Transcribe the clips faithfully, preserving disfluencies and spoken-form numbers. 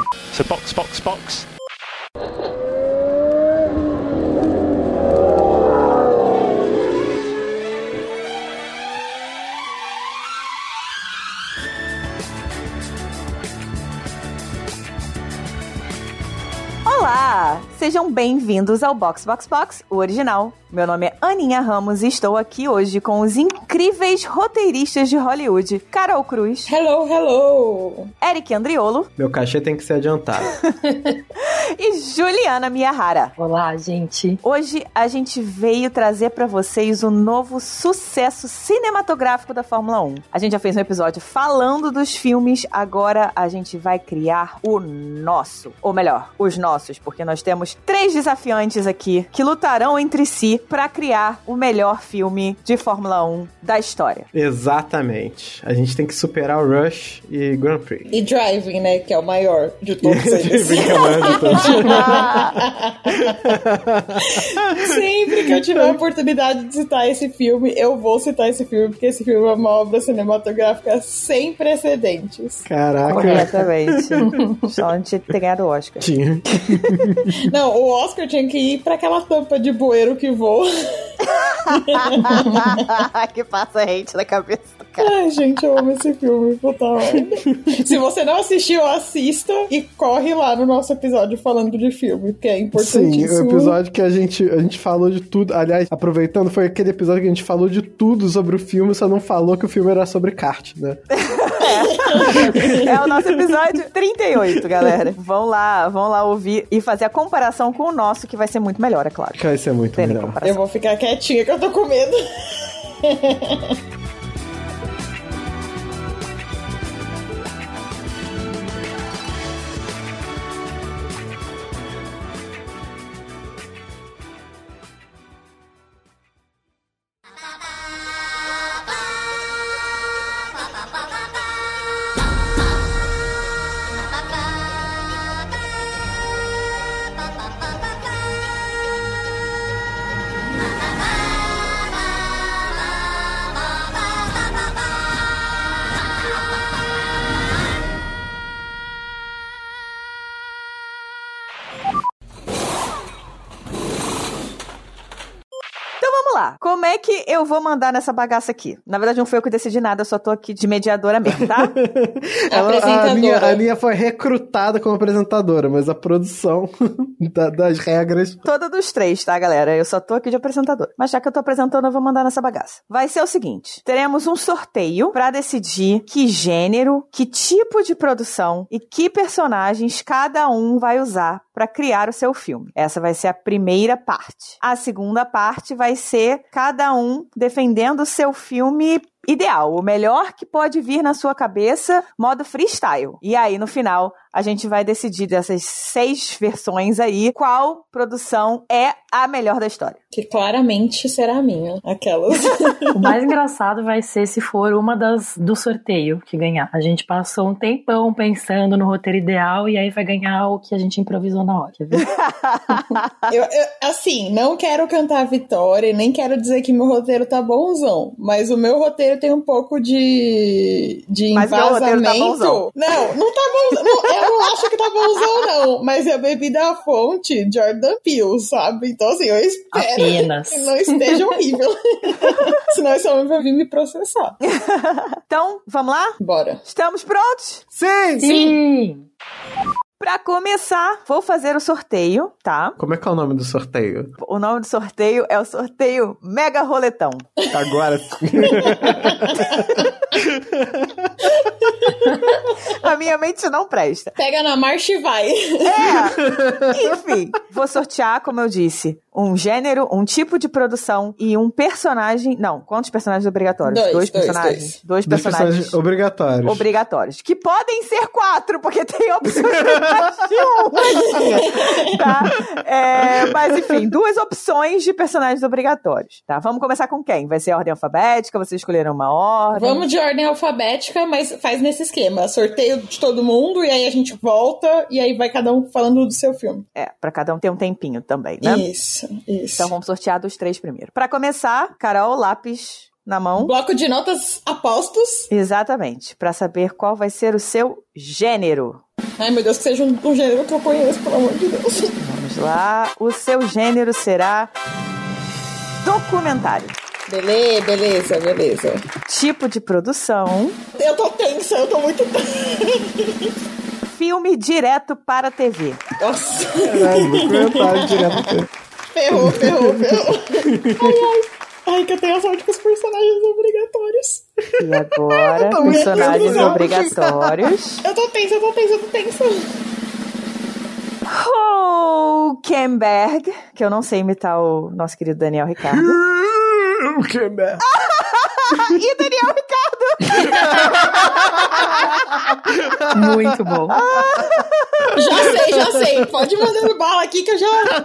So box, box, box. Olá! Sejam bem-vindos ao Box Box Box, o original. Meu nome é Aninha Ramos e estou aqui hoje com os incríveis roteiristas de Hollywood, Carol Cruz. Hello, hello! Eric Andriolo. Meu cachê tem que ser adiantado. E Juliana Miyahara. Olá, gente. Hoje a gente veio trazer pra vocês o novo sucesso cinematográfico da Fórmula um. A gente já fez um episódio falando dos filmes, agora a gente vai criar o nosso. Ou melhor, os nossos, porque nós temos três desafiantes aqui que lutarão entre si pra criar o melhor filme de Fórmula um da história. Exatamente. A gente tem que superar o Rush e Grand Prix. E Driving, né? Que é o maior de todos eles. Driving é o maior de todos. Sempre que eu tiver a oportunidade de citar esse filme, eu vou citar esse filme, porque esse filme é uma obra cinematográfica sem precedentes. Caraca. Corretamente. Só a gente ter ganhado o Oscar. Tinha. Não, o Oscar tinha que ir pra aquela tampa de bueiro que voa. Que passa hate na cabeça do cara. Ai, gente, eu amo esse filme, puta merda. Se você não assistiu, assista e corre lá no nosso episódio falando de filme, que é importantíssimo. Sim, o episódio que a gente, a gente falou de tudo. Aliás, aproveitando, foi aquele episódio que a gente falou de tudo sobre o filme, só não falou que o filme era sobre kart, né? É. É o nosso episódio trinta e oito, galera. Vão lá, vão lá ouvir e fazer a comparação com o nosso, que vai ser muito melhor, é claro. Que vai ser muito Tem melhor. comparação. Eu vou ficar quietinha que eu tô com medo. Como é que eu vou mandar nessa bagaça aqui? Na verdade, não foi eu que decidi nada, eu só tô aqui de mediadora mesmo, tá? Ela, a, Aninha, a Aninha foi recrutada como apresentadora, mas a produção da, das regras... Toda dos três, tá, galera? Eu só tô aqui de apresentadora. Mas já que eu tô apresentando, eu vou mandar nessa bagaça. Vai ser o seguinte, teremos um sorteio pra decidir que gênero, que tipo de produção e que personagens cada um vai usar pra criar o seu filme. Essa vai ser a primeira parte. A segunda parte vai ser cada um defendendo o seu filme ideal, o melhor que pode vir na sua cabeça, modo freestyle. E aí, no final, a gente vai decidir dessas seis versões aí, qual produção é a melhor da história. Que claramente será a minha, aquelas. O mais engraçado vai ser se for uma das do sorteio que ganhar. A gente passou um tempão pensando no roteiro ideal e aí vai ganhar o que a gente improvisou na hora, viu? eu, eu, assim, não quero cantar a vitória, nem quero dizer que meu roteiro tá bonzão, mas o meu roteiro tem um pouco de, de mas embasamento. Tá bonzão. Não, não tá bonzão. Não, eu não acho que tá bonzão, não. Mas eu bebi da fonte Jordan Peele, sabe? Então, assim, eu espero Apenas. que não esteja horrível. Senão esse homem vai vir me processar. Então, vamos lá? Bora. Estamos prontos? Sim! Sim! Pra começar, vou fazer o sorteio, tá? Como é que é o nome do sorteio? O nome do sorteio é o sorteio Mega Roletão. Agora sim. A minha mente não presta. Pega na marcha e vai. É, enfim. Vou sortear, como eu disse, um gênero, um tipo de produção e um personagem... Não, quantos personagens obrigatórios? Dois, dois dois personagens? Dois, dois dois personagens. personagens obrigatórios. Obrigatórios. Que podem ser quatro, porque tem opções de um. Tá? É, mas, enfim, duas opções de personagens obrigatórios. Tá? Vamos começar com quem? Vai ser a ordem alfabética? Vocês escolheram uma ordem? Vamos de ordem alfabética, mas faz nesse esquema. Sorteio de todo mundo e aí a gente volta e aí vai cada um falando do seu filme. É, pra cada um ter um tempinho também, né? Isso, isso. Então vamos sortear dos três primeiro. Pra começar, Carol, lápis na mão. Bloco de notas apostos. Exatamente. Pra saber qual vai ser o seu gênero. Ai, meu Deus, que seja um, um gênero que eu conheço, pelo amor de Deus. Vamos lá. O seu gênero será documentário. Beleza, beleza, beleza. Tipo de produção. Eu tô tensa, eu tô muito tensa. Filme direto para a T V. Nossa. Caralho, documentário direto pra T V. Ferrou, ferrou, ferrou. Ai, ai. Ai, que eu tenho a sorte com os personagens obrigatórios. E agora, personagens obrigatórios. Eu tô tensa, eu tô tensa, eu tô tensa. Hulkenberg, que eu não sei imitar o nosso querido Daniel Ricardo. Hulkenberg. E Daniel Ricardo. Muito bom. Já sei, já sei. Pode mandar bala aqui que eu já...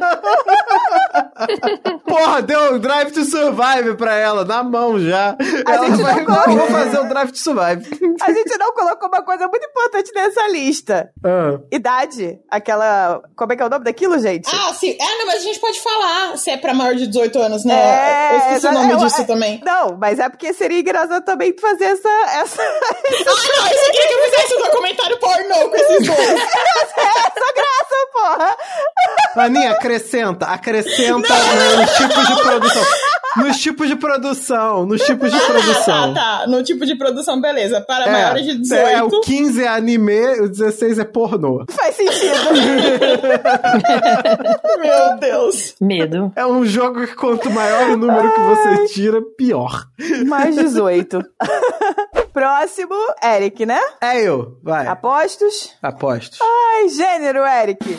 Porra, deu um Drive to Survive pra ela, na mão já. A ela gente vai, não colocou. eu vou fazer o Drive to Survive. A gente não colocou uma coisa muito importante nessa lista. Ah. Idade. Aquela... Como é que é o nome daquilo, gente? Ah, sim. Ah, não, mas a gente pode falar se é pra maior de dezoito anos, né? É, eu esqueci o nome eu- disso é- também. Não, mas é porque seria engraçado também fazer essa... essa... Ah, não, você queria que eu fizesse um documentário pornô com esses dois. essa graça, porra! Aninha, acrescenta, acrescenta nos tipos de produção. Nos tipos de produção, nos tipos de produção. Tá, tá. No tipo de produção, beleza. Para É, maiores de dezoito. é, o quinze é anime, o dezesseis é pornô. Faz sentido. Meu Deus. Medo. É um jogo que quanto maior o número que você tira, pior. Mais dezoito. Próximo, Eric, né? É eu, vai. Apostos? Apostos. Ai, gênero, Eric.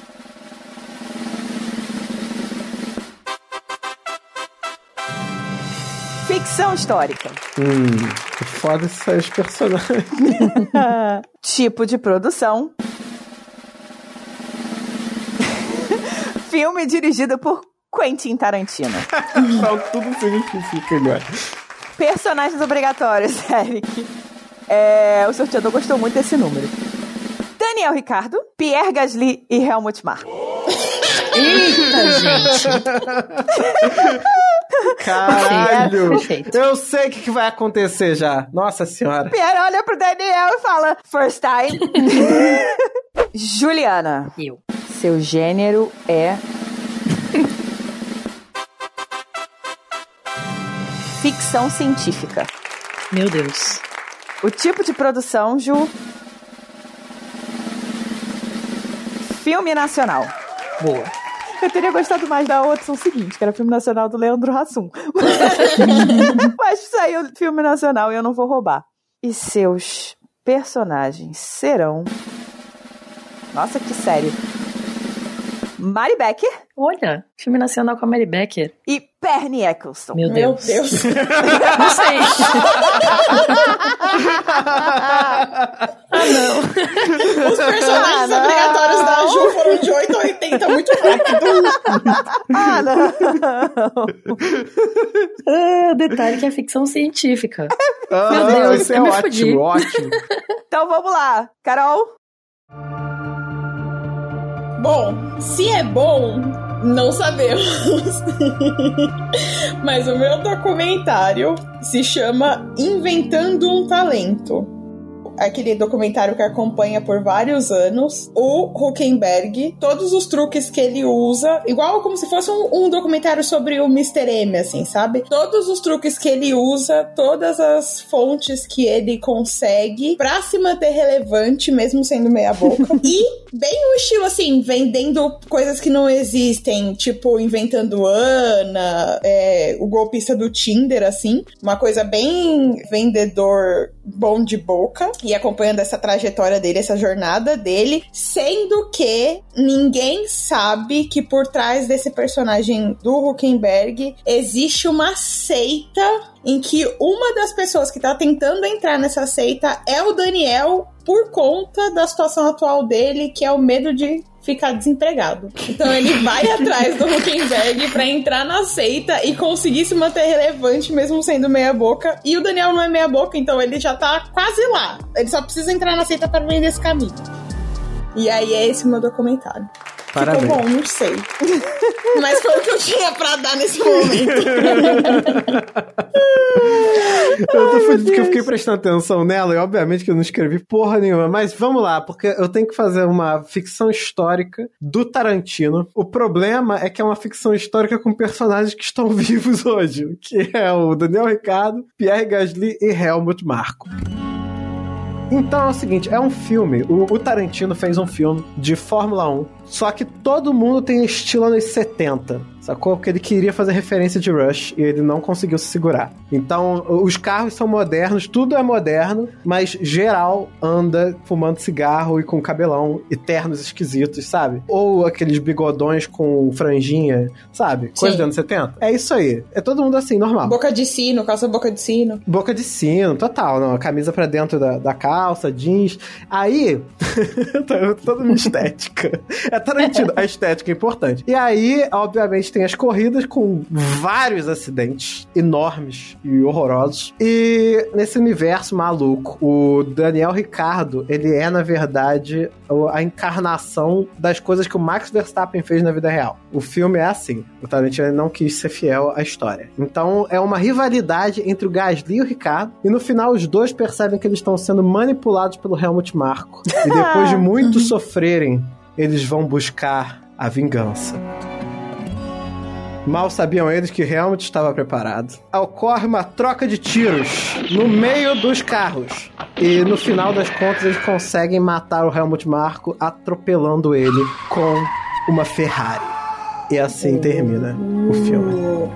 Ficção histórica. Hum, foda esses personagens. Tipo de produção. Filme dirigido por Quentin Tarantino. Então, tudo significa agora. Personagens obrigatórios, Eric. É, o sorteador gostou muito desse número. Daniel Ricardo, Pierre Gasly e Helmut Marko. Eita, gente. Caralho! Perfeito. Eu sei o que, que vai acontecer já. Nossa senhora. Pierre olha pro Daniel e fala, first time. Juliana, Eu. seu gênero é... ficção científica. Meu Deus. O tipo de produção, Ju... filme nacional. Boa. Eu teria gostado mais da opção seguinte, que era o filme nacional do Leandro Hassum. Mas saiu filme nacional e eu não vou roubar. E seus personagens serão... Nossa, que sério. Mari Becker Olha, filme nacional com a Mary Becker. e Perry Eccleston. Meu Meu Deus. Deus. Não sei. Ah, não. Os personagens Ah, não. obrigatórios da Ju foram de oito a oitenta muito rápido. Ah, não. Ah, detalhe que é ficção científica. Ah, Meu Deus, isso é eu me ótimo, fudi. ótimo. Então vamos lá. Carol? Bom, se é bom, não sabemos. Mas o meu documentário se chama Inventando um Talento. Aquele documentário que acompanha por vários anos o Hulkenberg, todos os truques que ele usa, igual como se fosse um, um documentário sobre o mister M, assim, sabe? Todos os truques que ele usa, todas as fontes que ele consegue pra se manter relevante, mesmo sendo meia boca. E bem o estilo, assim, vendendo coisas que não existem, tipo inventando Ana, é, o golpista do Tinder, assim, uma coisa bem vendedor bom de boca. E acompanhando essa trajetória dele, essa jornada dele, sendo que ninguém sabe que por trás desse personagem do Hulkenberg existe uma seita em que uma das pessoas que tá tentando entrar nessa seita é o Daniel por conta da situação atual dele, que é o medo de ficar desempregado. Então ele vai atrás do Hulkenberg pra entrar na seita e conseguir se manter relevante mesmo sendo meia boca. E o Daniel não é meia boca, então ele já tá quase lá. Ele só precisa entrar na seita para vender esse caminho. E aí é esse o meu documentário. Parabéns. Ficou bom, não sei. Mas foi o que eu tinha pra dar nesse momento. Eu tô fudido porque eu fiquei prestando atenção nela e obviamente que eu não escrevi porra nenhuma, mas vamos lá, porque eu tenho que fazer uma ficção histórica do Tarantino. O problema é que é uma ficção histórica com personagens que estão vivos hoje, que é o Daniel Ricciardo, Pierre Gasly e Helmut Marko. Então é o seguinte, é um filme, o, o Tarantino fez um filme de Fórmula um, só que todo mundo tem estilo anos setenta, sacou? Porque ele queria fazer referência de Rush e ele não conseguiu se segurar. Então, os carros são modernos, tudo é moderno, mas geral anda fumando cigarro e com cabelão e ternos esquisitos, sabe? Ou aqueles bigodões com franjinha, sabe? Coisa Sim. de anos setenta. É isso aí. É todo mundo assim, normal. Boca de sino, calça boca de sino. Boca de sino, total. Não, a camisa pra dentro da, da calça, jeans. Aí, toda uma estética. É Tarantino, a estética é importante. E aí, obviamente, tem as corridas com vários acidentes enormes e horrorosos. E nesse universo maluco, o Daniel Ricciardo, ele é, na verdade, a encarnação das coisas que o Max Verstappen fez na vida real. O filme é assim. O Tarantino não quis ser fiel à história. Então, é uma rivalidade entre o Gasly e o Ricciardo. E no final, os dois percebem que eles estão sendo manipulados pelo Helmut Marko. E depois de muito sofrerem, eles vão buscar a vingança. Mal sabiam eles que Helmut estava preparado. Ocorre uma troca de tiros no meio dos carros. E no final das contas eles conseguem matar o Helmut Marko atropelando ele com uma Ferrari. E assim termina o filme.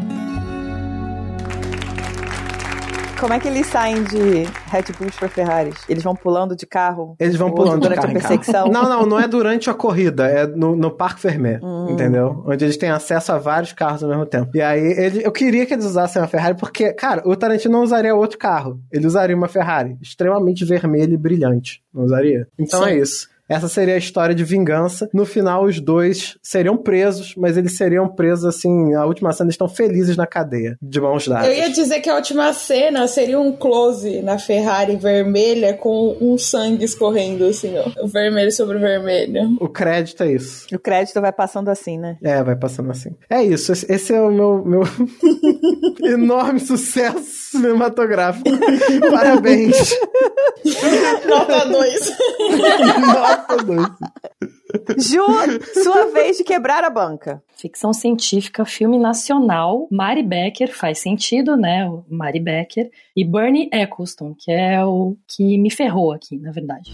Como é que eles saem de Red Bulls pra Ferraris? Eles vão pulando de carro? Eles vão pulando de durante carro a perseguição? Não, não, não é durante a corrida, é no, no Parque Fermé, hum. entendeu? Onde eles têm acesso a vários carros ao mesmo tempo. E aí, ele, eu queria que eles usassem uma Ferrari, porque, cara, o Tarantino não usaria outro carro. Ele usaria uma Ferrari extremamente vermelha e brilhante. Não usaria? Então Sim. é isso. Essa seria a história de vingança. No final, os dois seriam presos, mas eles seriam presos, assim, a última cena, eles estão felizes na cadeia, de mãos dadas. Eu ia dizer que a última cena seria um close na Ferrari vermelha com um sangue escorrendo, assim, ó. Vermelho sobre vermelho. O crédito é isso. O crédito vai passando assim, né? É, vai passando assim. É isso, esse, esse é o meu, meu enorme sucesso cinematográfico. Parabéns. Nota dois. Nota dois. Ju, sua vez de quebrar a banca. Ficção científica, filme nacional. Mari Becker, faz sentido, né? O Mari Becker. E Bernie Eccleston, que é o que me ferrou aqui, na verdade.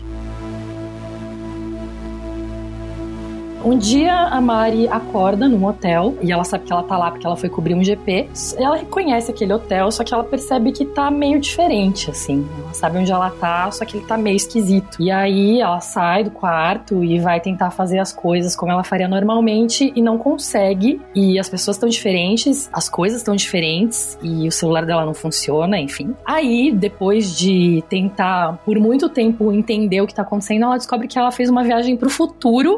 Um dia a Mari acorda num hotel e ela sabe que ela tá lá porque ela foi cobrir um G P. Ela reconhece aquele hotel, só que ela percebe que tá meio diferente, assim. Ela sabe onde ela tá, só que ele tá meio esquisito. E aí ela sai do quarto e vai tentar fazer as coisas como ela faria normalmente e não consegue. E as pessoas estão diferentes, as coisas estão diferentes e o celular dela não funciona, enfim. Aí, depois de tentar por muito tempo entender o que tá acontecendo, ela descobre que ela fez uma viagem pro futuro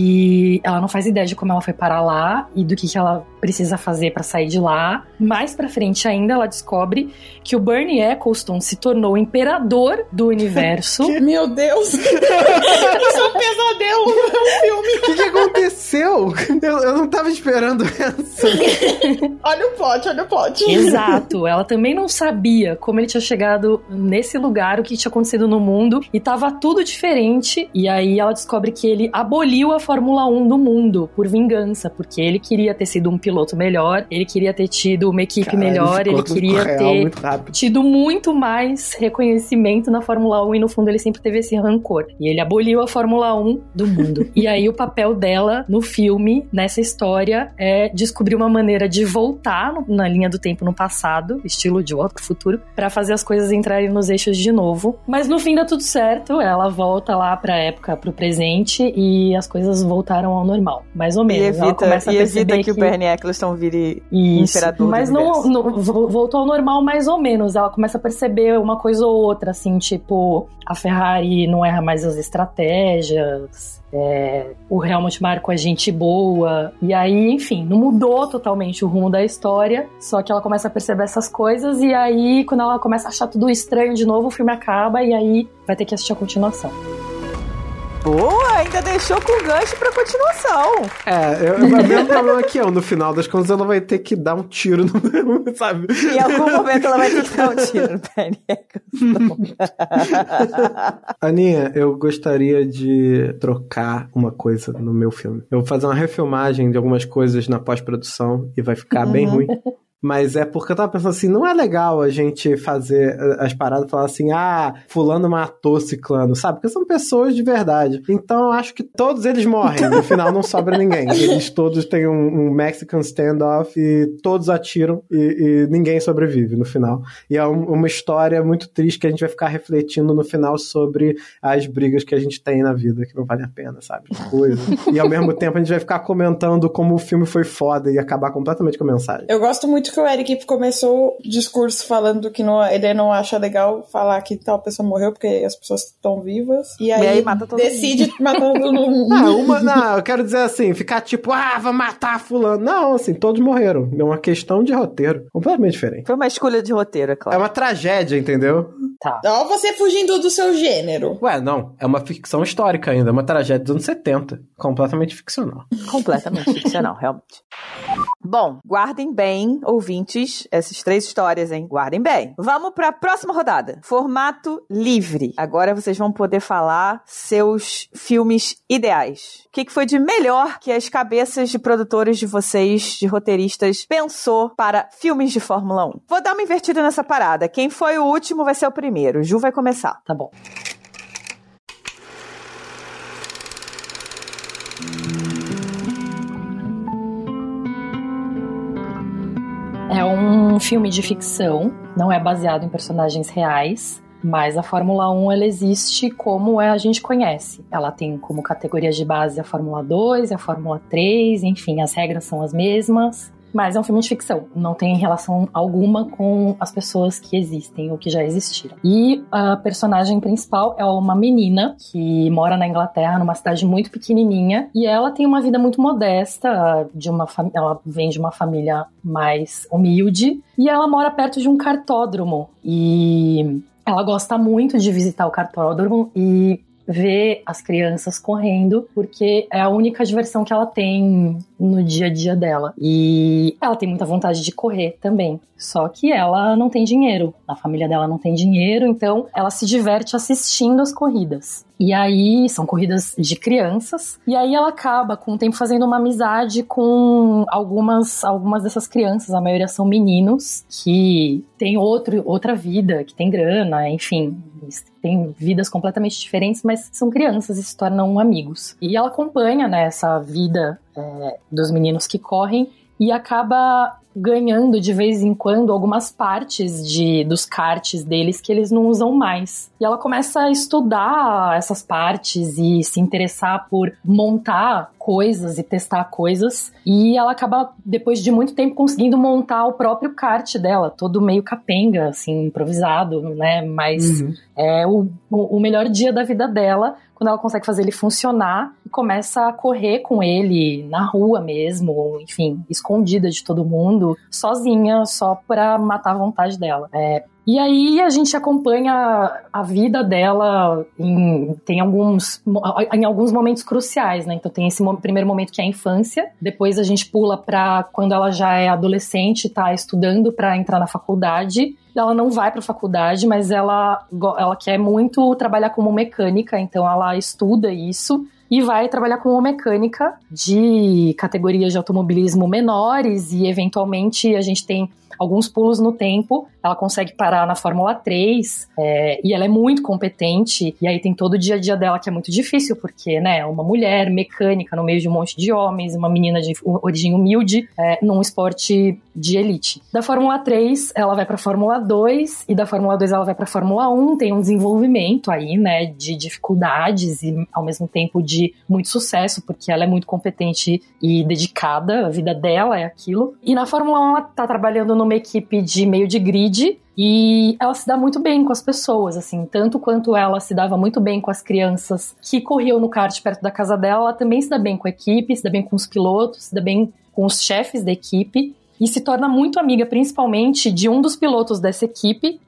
e ela não faz ideia de como ela foi parar lá e do que, que ela precisa fazer pra sair de lá. Mais pra frente ainda, ela descobre que o Bernie Eccleston se tornou o imperador do universo. Meu Deus! Isso é um pesadelo no filme. O que, que aconteceu? Eu, eu não tava esperando essa. Olha o plot, olha o plot. Exato. Ela também não sabia como ele tinha chegado nesse lugar, o que tinha acontecido no mundo, e tava tudo diferente. E aí ela descobre que ele aboliu a Fórmula um do mundo por vingança, porque ele queria ter sido um piloto melhor, ele queria ter tido uma equipe Cara, melhor, ele, ele queria real, ter muito tido muito mais reconhecimento na Fórmula um e no fundo ele sempre teve esse rancor. E ele aboliu a Fórmula um do mundo. E aí o papel dela no filme, nessa história, é descobrir uma maneira de voltar no, na linha do tempo no passado, estilo de Volta pro Futuro, pra fazer as coisas entrarem nos eixos de novo. Mas no fim dá tudo certo, ela volta lá pra época, pro presente, e as coisas voltaram ao normal, mais ou menos. E evita, ela começa a e perceber evita que, que o Bernie Eccleston vire Isso, imperador mas do não, universo. não voltou ao normal mais ou menos. Ela começa a perceber uma coisa ou outra, assim, tipo, a Ferrari não erra mais as estratégias, é, o Helmut Marko é gente boa, e aí, enfim, não mudou totalmente o rumo da história, só que ela começa a perceber essas coisas, e aí, quando ela começa a achar tudo estranho de novo, o filme acaba, e aí vai ter que assistir a continuação. Boa, ainda deixou com gancho pra continuação. É, eu, o meu problema aqui é, no final das contas, ela vai ter que dar um tiro no... sabe? Em algum momento ela vai ter que dar um tiro no Penny Eccleston. Aninha, eu gostaria de trocar uma coisa no meu filme. Eu vou fazer uma refilmagem de algumas coisas na pós-produção e vai ficar uhum. bem ruim. Mas é porque eu tava pensando assim, não é legal a gente fazer as paradas e falar assim, ah, fulano matou ciclano, sabe? Porque são pessoas de verdade. Então eu acho que todos eles morrem, no final não sobra ninguém. Eles todos têm um, um Mexican standoff e todos atiram e, e ninguém sobrevive no final. E é um, uma história muito triste que a gente vai ficar refletindo no final sobre as brigas que a gente tem na vida, que não vale a pena, sabe? Coisa. E ao mesmo tempo a gente vai ficar comentando como o filme foi foda e acabar completamente com a mensagem. Eu gosto muito que o Eric começou o discurso falando que não, ele não acha legal falar que tal pessoa morreu porque as pessoas estão vivas. E aí, e aí mata todo decide mundo. matar todo mundo. Não, uma, não, eu quero dizer assim, ficar tipo, ah, vai matar fulano. Não, assim, todos morreram. É uma questão de roteiro. Completamente diferente. Foi uma escolha de roteiro, é claro. É uma tragédia, entendeu? Tá. Ó, você fugindo do seu gênero. Ué, não. É uma ficção histórica ainda. É uma tragédia dos anos setenta. Completamente ficcional. Completamente ficcional, realmente. Bom, guardem bem, ouvintes, essas três histórias, hein? Guardem bem. Vamos para a próxima rodada. Formato livre. Agora vocês vão poder falar seus filmes ideais. O que, que foi de melhor que as cabeças de produtores de vocês, de roteiristas, pensou para filmes de Fórmula um? Vou dar uma invertida nessa parada. Quem foi o último vai ser o primeiro. Ju vai começar. Tá bom. É um filme de ficção, não é baseado em personagens reais, mas a Fórmula um ela existe como a gente conhece. Ela tem como categorias de base a Fórmula dois, a Fórmula três, enfim, as regras são as mesmas. Mas é um filme de ficção, não tem relação alguma com as pessoas que existem ou que já existiram. E a personagem principal é uma menina que mora na Inglaterra, numa cidade muito pequenininha, e ela tem uma vida muito modesta, de uma fam- ela vem de uma família mais humilde, e ela mora perto de um cartódromo. E ela gosta muito de visitar o cartódromo e ver as crianças correndo, porque é a única diversão que ela tem no dia a dia dela. E ela tem muita vontade de correr também. Só que ela não tem dinheiro. A família dela não tem dinheiro, então ela se diverte assistindo as corridas. E aí, são corridas de crianças, e aí ela acaba com o tempo fazendo uma amizade com algumas, algumas dessas crianças, a maioria são meninos, que têm outro, outra vida, que tem grana, enfim, têm vidas completamente diferentes, mas são crianças e se tornam amigos. E ela acompanha, né, essa vida é, dos meninos que correm, e acaba ganhando de vez em quando algumas partes de, dos karts deles que eles não usam mais. E ela começa a estudar essas partes e se interessar por montar coisas e testar coisas. E ela acaba, depois de muito tempo, conseguindo montar o próprio kart dela, todo meio capenga, assim, improvisado, né? Mas uhum. é o, o melhor dia da vida dela, quando ela consegue fazer ele funcionar e começa a correr com ele na rua mesmo, enfim, escondida de todo mundo, sozinha, só pra matar a vontade dela. É, e aí a gente acompanha a vida dela em, tem alguns, em alguns momentos cruciais, né? Então tem esse primeiro momento que é a infância, depois a gente pula pra quando ela já é adolescente, tá estudando pra entrar na faculdade. Ela não vai pra faculdade, mas ela, ela quer muito trabalhar como mecânica, então ela estuda isso e vai trabalhar como mecânica de categorias de automobilismo menores e eventualmente a gente tem alguns pulos no tempo, ela consegue parar na Fórmula três, é, e ela é muito competente, e aí tem todo o dia a dia dela que é muito difícil, porque, né, uma mulher mecânica no meio de um monte de homens, uma menina de origem humilde, é, num esporte de elite. Da Fórmula três, ela vai pra Fórmula dois, e da Fórmula dois ela vai pra Fórmula um, tem um desenvolvimento aí, né, de dificuldades e, ao mesmo tempo, de muito sucesso, porque ela é muito competente e dedicada, a vida dela é aquilo. E na Fórmula um, ela tá trabalhando numa equipe de meio de grid, e ela se dá muito bem com as pessoas, assim, tanto quanto ela se dava muito bem com as crianças que corriam no kart perto da casa dela, ela também se dá bem com a equipe, se dá bem com os pilotos, se dá bem com os chefes da equipe, e se torna muito amiga, principalmente, de um dos pilotos dessa equipe,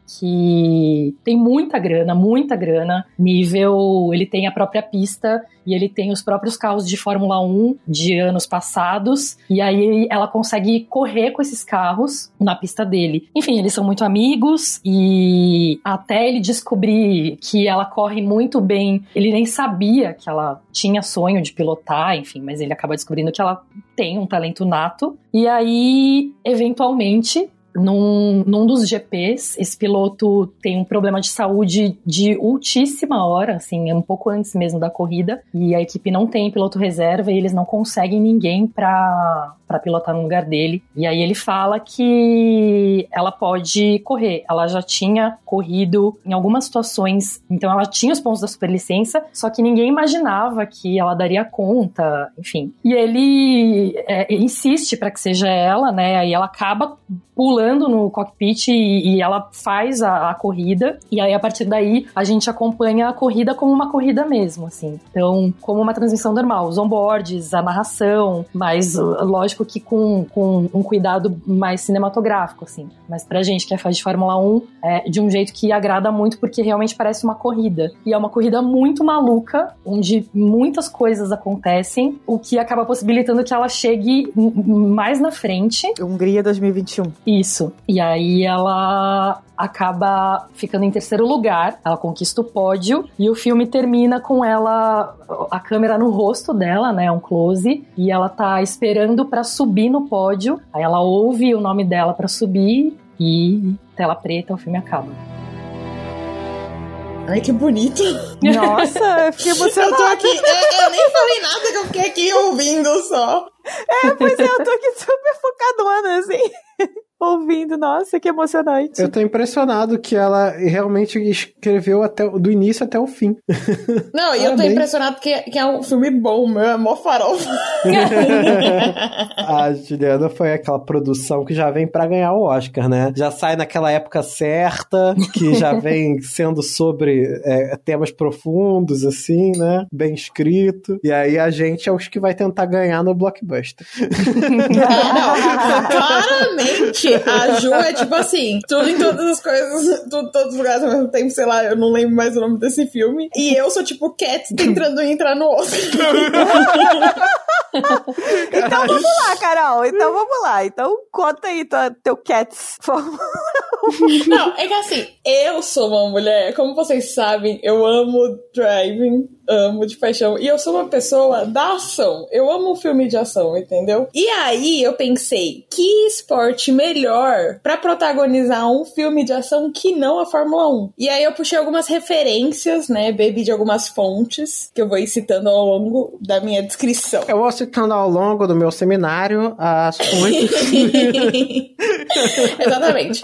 que tem muita grana, muita grana, nível, ele tem a própria pista e ele tem os próprios carros de Fórmula um de anos passados, e aí ela consegue correr com esses carros na pista dele. Enfim, eles são muito amigos, e até ele descobrir que ela corre muito bem, ele nem sabia que ela tinha sonho de pilotar, enfim, mas ele acaba descobrindo que ela tem um talento nato, e aí, eventualmente, Num, num dos G Ps, esse piloto tem um problema de saúde de ultíssima hora, assim, um pouco antes mesmo da corrida, e a equipe não tem piloto reserva e eles não conseguem ninguém pra, pra pilotar no lugar dele. E aí ele fala que ela pode correr, ela já tinha corrido em algumas situações, então ela tinha os pontos da superlicença, só que ninguém imaginava que ela daria conta, enfim. E ele é, insiste pra que seja ela, né, aí ela acaba pulando no cockpit e, e ela faz a, a corrida, e aí a partir daí a gente acompanha a corrida como uma corrida mesmo, assim. Então, como uma transmissão normal, os onboards, a narração, mas lógico que com, com um cuidado mais cinematográfico, assim. Mas pra gente que é fã de Fórmula um, é de um jeito que agrada muito, porque realmente parece uma corrida. E é uma corrida muito maluca, onde muitas coisas acontecem, o que acaba possibilitando que ela chegue mais na frente. Hungria dois mil e vinte e um. Isso. E aí ela acaba ficando em terceiro lugar, ela conquista o pódio, e o filme termina com ela, a câmera no rosto dela, né, um close, e ela tá esperando pra subir no pódio, aí ela ouve o nome dela pra subir, e tela preta, o filme acaba. Ai, que bonito. Nossa, eu fiquei emocionada. Eu tô aqui, eu, eu nem falei nada, que eu fiquei aqui ouvindo só. É, pois é, eu tô aqui super focadona, assim. Ouvindo, nossa, que emocionante. Eu tô impressionado que ela realmente escreveu até, do início até o fim. Não, e eu tô impressionado que, que é um filme bom, meu, é mó farofa. A Juliana foi aquela produção que já vem pra ganhar o Oscar, né? Já sai naquela época certa, que já vem sendo sobre é, temas profundos, assim, né? Bem escrito. E aí a gente é os que vai tentar ganhar no blockbuster. Não, claramente a Ju é tipo assim, tudo em todas as coisas, tudo em todos os lugares ao mesmo tempo, sei lá, eu não lembro mais o nome desse filme. E eu sou tipo Cats tentando entrar no Oscar. Então vamos lá, Carol. Então vamos lá. Então conta aí tua, teu Cats. Não, é que assim, eu sou uma mulher, como vocês sabem, eu amo driving, amo de paixão, e eu sou uma pessoa da ação. Eu amo um filme de ação, entendeu? E aí eu pensei, que esporte melhor pra protagonizar um filme de ação que não a Fórmula um? E aí eu puxei algumas referências, né, bebi de algumas fontes, que eu vou ir citando ao longo da minha descrição. Eu vou citando ao longo do meu seminário as fontes. Exatamente.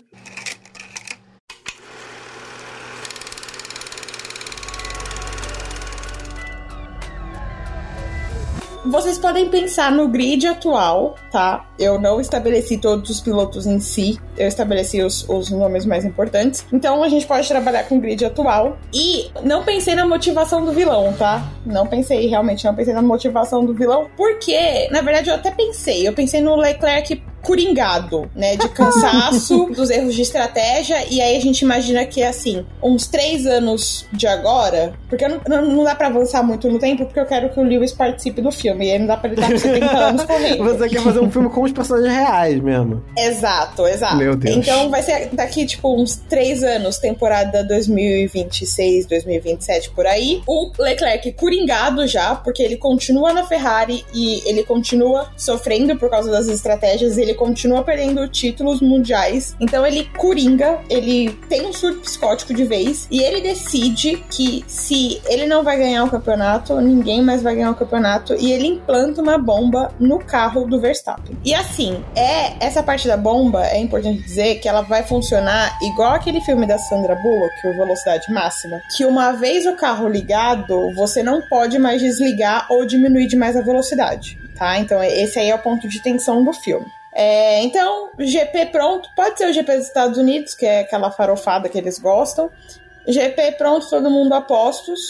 Vocês podem pensar no grid atual, tá? Eu não estabeleci todos os pilotos em si, eu estabeleci os, os nomes mais importantes. Então a gente pode trabalhar com o grid atual. E não pensei na motivação do vilão, tá? Não pensei, realmente, não pensei na motivação do vilão. Porque, na verdade, eu até pensei. Eu pensei no Leclerc coringado, né, de cansaço, dos erros de estratégia, e aí a gente imagina que é assim, uns três anos de agora, porque não, não, não dá pra avançar muito no tempo, porque eu quero que o Lewis participe do filme, e aí não dá pra ele estar com setenta anos correndo. Você quer fazer um filme com os personagens reais mesmo. Exato, exato. Meu Deus. Então vai ser daqui, tipo, uns três anos, temporada dois mil e vinte e seis, dois mil e vinte e sete, por aí, o Leclerc coringado já, porque ele continua na Ferrari e ele continua sofrendo por causa das estratégias, ele continua perdendo títulos mundiais, então ele coringa, ele tem um surto psicótico de vez, e ele decide que se ele não vai ganhar o campeonato, ninguém mais vai ganhar o campeonato, e ele implanta uma bomba no carro do Verstappen. E assim, é essa parte da bomba, é importante dizer que ela vai funcionar igual aquele filme da Sandra Bullock, o Velocidade Máxima, que uma vez o carro ligado, você não pode mais desligar ou diminuir demais a velocidade, tá? Então esse aí é o ponto de tensão do filme. É, então, G P pronto, pode ser o G P dos Estados Unidos, que é aquela farofada que eles gostam. G P pronto, todo mundo a postos.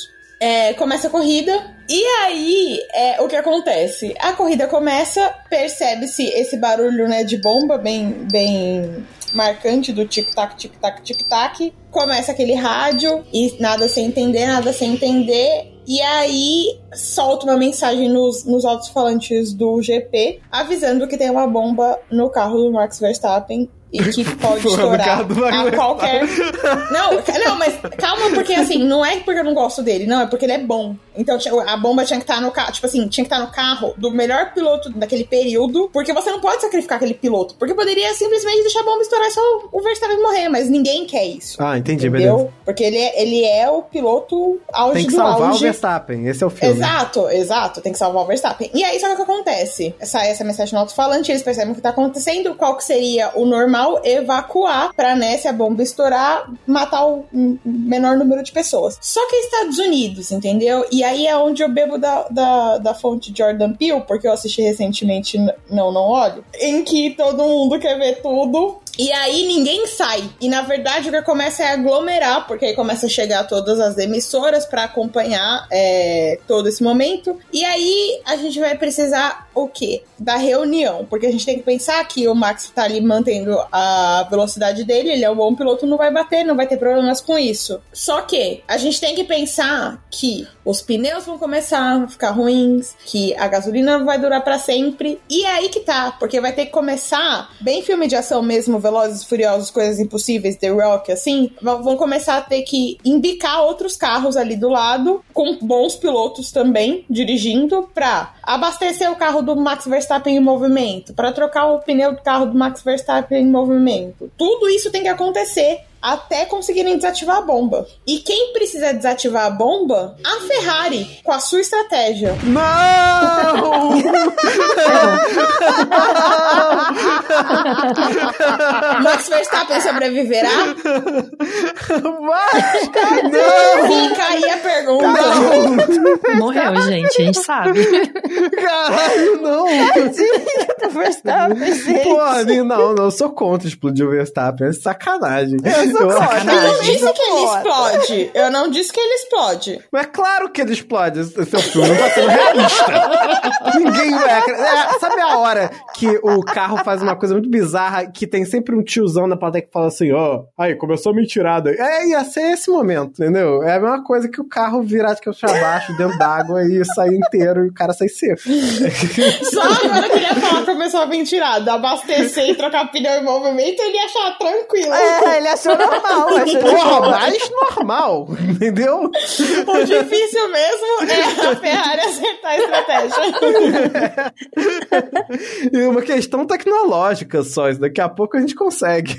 é, começa a corrida. E aí, é, o que acontece? A corrida começa, percebe-se esse barulho, né, de bomba bem, bem marcante do tic-tac, tic-tac, tic-tac. Começa aquele rádio e nada sem entender, nada sem entender. E aí, solta uma mensagem nos, nos alto-falantes do G P, avisando que tem uma bomba no carro do Max Verstappen. E que pode estourar a qualquer... Não, não, mas calma, porque assim, não é porque eu não gosto dele, não, é porque ele é bom. Então a bomba tinha que estar no carro, tipo assim, tinha que estar no carro do melhor piloto daquele período, porque você não pode sacrificar aquele piloto, porque poderia simplesmente deixar a bomba estourar e só o Verstappen morrer, mas ninguém quer isso. Ah, entendi, entendeu? Beleza. Porque ele é, ele é o piloto auge Tem que do salvar auge. o Verstappen, esse é o filme. Exato, exato, tem que salvar o Verstappen. E aí, sabe o que acontece? Sai essa mensagem no alto-falante, eles percebem o que tá acontecendo, qual que seria o normal, evacuar pra, né, se a bomba estourar, matar o menor número de pessoas. Só que é Estados Unidos, entendeu? E aí é onde eu bebo da, da, da fonte Jordan Peele, porque eu assisti recentemente Não, Não Olho, em que todo mundo quer ver tudo. E aí ninguém sai. E na verdade o que começa é aglomerar, porque aí começa a chegar todas as emissoras pra acompanhar é, todo esse momento. E aí a gente vai precisar o quê? Da reunião. Porque a gente tem que pensar que o Max tá ali mantendo a velocidade dele, ele é um bom piloto, não vai bater, não vai ter problemas com isso. Só que a gente tem que pensar que os pneus vão começar a ficar ruins, que a gasolina não vai durar pra sempre. E é aí que tá, porque vai ter que começar, bem filme de ação mesmo, Velozes e Furiosos, Coisas Impossíveis, The Rock, assim, vão começar a ter que embicar outros carros ali do lado, com bons pilotos também, dirigindo, pra abastecer o carro do Max Verstappen em movimento, pra trocar o pneu do carro do Max Verstappen em movimento. Tudo isso tem que acontecer até conseguirem desativar a bomba. E quem precisa desativar a bomba? A Ferrari, com a sua estratégia. Não! Max Verstappen sobreviverá? Mas, não! Fica aí a pergunta. Não. Morreu, gente, a gente sabe. Caralho, não! Tadinho do Verstappen, gente. Porra, não, não, eu sou contra explodir o Verstappen, é sacanagem. Eu sou contra. Eu não disse que ele explode. Eu não disse que ele explode. Mas é claro que ele explode. Esse seu filme não tá sendo realista. Ninguém vai acreditar. É, sabe a hora que o carro faz uma coisa muito bizarra, que tem sempre um tiozão na plateia que fala assim, ó, oh, aí, começou a mentirada. É, ia ser esse momento, entendeu? É a mesma coisa que o carro virar de cabeça pra baixo, dentro d'água, e sair inteiro, e o cara sair seco. Só agora que ele ia falar que começou a mentirada, abastecer e trocar pneu em movimento, ele ia achar tranquilo. É, ele achou normal. Achou Porra, mais normal, entendeu? O difícil mesmo é a Ferrari acertar a estratégia. É. E uma questão tecnológica só, isso daqui a pouco a gente consegue.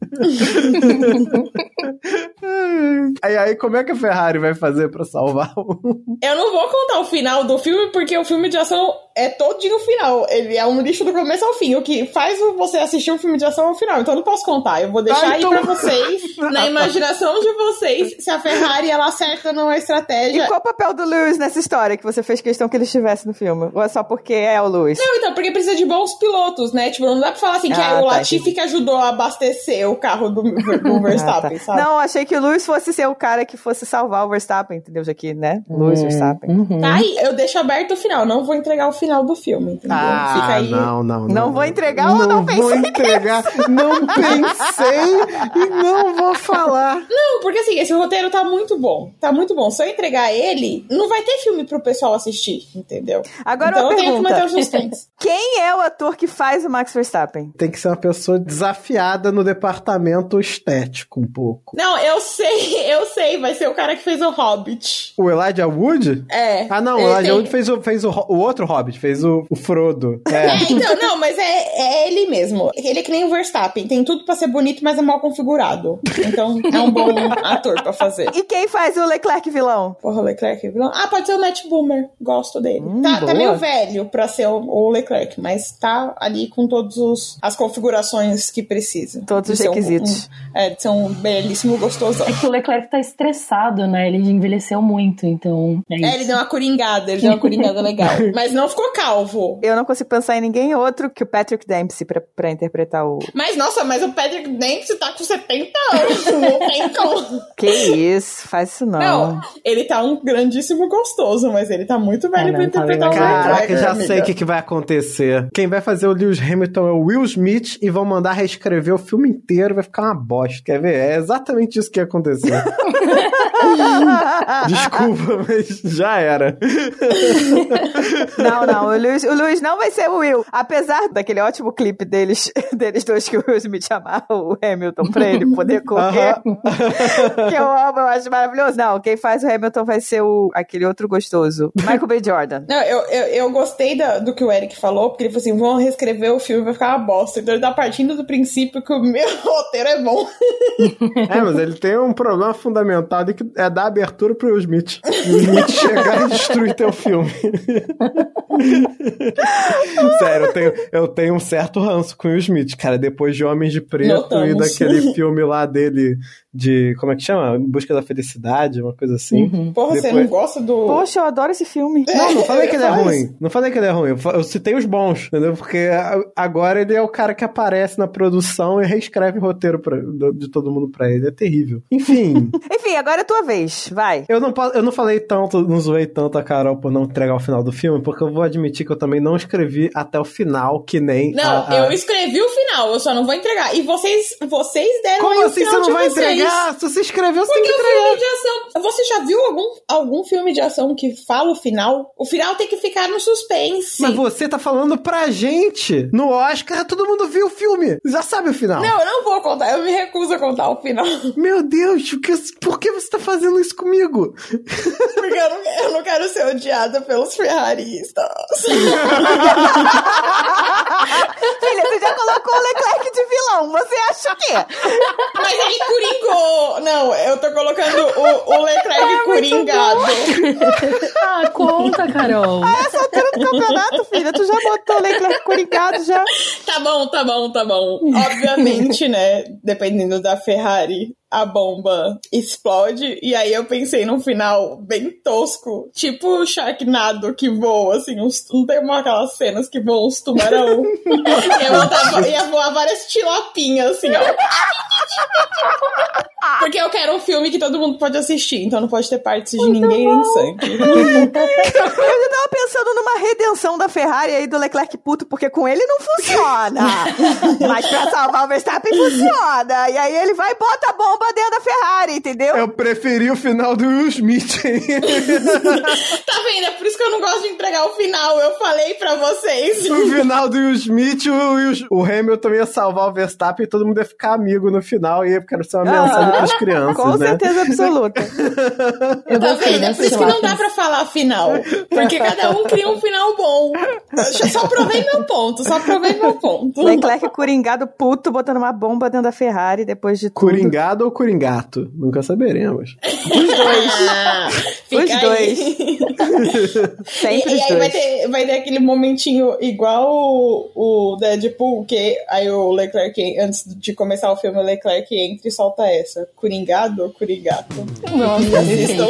Aí, aí, como é que a Ferrari vai fazer pra salvar o... Eu não vou contar o final do filme, porque o filme de ação é todinho o final. Ele é um lixo do começo ao fim. O que faz você assistir um filme de ação é o final. Então eu não posso contar. Eu vou deixar ah, então... aí pra vocês, na imaginação de vocês, se a Ferrari ela acerta ou não a estratégia. E qual o papel do Lewis nessa história que você fez questão que ele estivesse no filme? Ou é só porque é o Lewis? Não, então, porque precisa de bons pilotos, né? Tipo, não dá pra falar assim que ah, é o tá, Latifi entendi. Que ajudou a abastecer o carro do, do Verstappen, ah, tá. sabe? Não, achei que o Lewis fosse ser o cara que fosse salvar o Verstappen, entendeu? Já que, né? Hum, Lewis Verstappen. Uhum. Tá aí, eu deixo aberto o final. Não vou entregar o final do filme, entendeu? Ah, Fica aí. Não, não, não. Não vou entregar não ou não pensei? Não vou entregar, não pensei e não vou falar. Não, porque assim, esse roteiro tá muito bom. Tá muito bom. Se eu entregar ele, não vai ter filme pro pessoal assistir, entendeu? Agora então eu eu pergunta, tenho que manter os suspense. Quem é o ator que faz o Max Verstappen? Tem que ser uma pessoa desafiada no departamento estético um pouco. Não, eu sei, eu sei. Vai ser o cara que fez o Hobbit. O Elijah Wood? É. Ah, não, o Elijah tem... Wood fez, o, fez o, o outro Hobbit, fez o, o Frodo. É. é, então, não, mas é, é ele mesmo. Ele é que nem o Verstappen. Tem tudo pra ser bonito, mas é mal configurado. Então, é um bom ator pra fazer. E quem faz o Leclerc vilão? Porra, o Leclerc vilão? Ah, pode ser o Matt Boomer. Gosto dele. Hum, tá, tá meio velho pra ser o, o Leclerc, mas tá ali com todas as configurações que precisa. Todos os requisitos. Um, um, é, de ser um belíssimo gostosão. É que o Leclerc tá estressado, né? Ele envelheceu muito, então... É, é ele deu uma coringada, ele deu uma coringada legal. Mas não ficou ficou calvo. Eu não consigo pensar em ninguém outro que o Patrick Dempsey pra, pra interpretar o... Mas, nossa, mas o Patrick Dempsey tá com setenta anos. Não tem como. Que isso, faz isso não. Não, ele tá um grandíssimo gostoso, mas ele tá muito velho É, não, pra interpretar tá o Caraca, Leclerc, já amiga. sei o que, que vai acontecer. Quem vai fazer o Lewis Hamilton é o Will Smith e vão mandar reescrever o filme inteiro, vai ficar uma bosta. Quer ver? É exatamente isso que ia acontecer. Desculpa, mas já era. Não, não, o Lewis, o Lewis não vai ser o Will. Apesar daquele ótimo clipe deles, deles dois que o Will Smith chamava o Hamilton pra ele poder correr. Uh-huh. Que eu amo, eu acho maravilhoso. Não, quem faz o Hamilton vai ser o, aquele outro gostoso, Michael B. Jordan. Não, eu, eu, eu gostei da, do que o Eric falou, porque ele falou assim, vão reescrever o filme, vai ficar uma bosta. Então ele tá partindo do princípio que o meu roteiro é bom. É, mas ele tem um problema fundamental de que é dar abertura pro Will Smith. Will Smith chegar e destruir teu filme. Sério, eu tenho, eu tenho um certo ranço com o Will Smith, cara. Depois de Homens de Preto Notamos. e daquele filme lá dele de... Como é que chama? Em Busca da Felicidade, uma coisa assim. Uhum. Porra, Depois... você não gosta do... Poxa, eu adoro esse filme. Não, não falei que ele é Faz. ruim. Não falei que ele é ruim. Eu, fa- eu citei os bons, entendeu? Porque a- agora ele é o cara que aparece na produção e reescreve o roteiro pra- do- de todo mundo pra ele. É terrível. Enfim, Enfim, agora é tua vez, vai. eu não, po- eu não falei tanto, não zoei tanto a Carol por não entregar o final do filme, porque eu vou admitir que eu também não escrevi até o final, que nem... Não, a, a... eu escrevi o final, eu só não vou entregar. E vocês, vocês deram aí Como o assim você final não de vai vocês. entregar? Se você escreveu, você Porque tem que o entregar. filme de ação... Você já viu algum, algum filme de ação que fala o final? O final tem que ficar no suspense. Mas você tá falando pra gente. No Oscar, todo mundo viu o filme. Já sabe o final. Não, eu não vou contar, eu me recuso a contar o final. Meu Deus, por que, por que você tá fazendo isso comigo? Porque eu não, eu não quero ser odiada pelos ferraristas. Filha, você já colocou o Leclerc de vilão, você acha o quê? Mas ele coringou. Não, eu tô colocando o, o Leclerc coringado. Ah, conta, Carol. Ah, essa altura do campeonato, filha, tu já botou o Leclerc coringado já. Tá bom, tá bom, tá bom. Obviamente, né? Dependendo da Ferrari, a bomba explode. E aí eu pensei num final bem tosco. Tipo o Sharknado que voa, assim. Uns, não tem uma aquelas cenas que voam uns tubarão. ia, botar, ia voar várias tilapinhas, assim, ó. Porque eu quero um filme que todo mundo pode assistir. Então não pode ter partes de ninguém nem sangue. Eu já tava pensando numa redenção da Ferrari aí do Leclerc puto, porque com ele não funciona. Mas pra salvar o Verstappen funciona. E aí ele vai e bota a bomba dentro da Ferrari, entendeu? Eu preferi o final do Will Smith. Tá vendo? É por isso que eu não gosto de entregar o final. Eu falei pra vocês. No final do Will Smith, o, Will- o Hamilton ia salvar o Verstappen e todo mundo ia ficar amigo no final. E ia quero ser uma mensagem pras crianças, Com né? certeza absoluta. Eu Tá gostei vendo? É desse por isso que não dá lápis. pra falar final. Porque cada um cria um final bom. Eu só provei meu ponto, só provei meu ponto. Leclerc coringado puto, botando uma bomba dentro da Ferrari depois de tudo. Coringado ou coringato? Nunca saberemos. Ah, fica Os aí. dois. E, Sempre e os aí dois. vai ter, vai ter aquele momentinho igual o, o Deadpool, que aí o Leclerc, antes de começar o filme, o Leclerc entra e solta essa. Coringado ou coringato? Nossa, Assistam.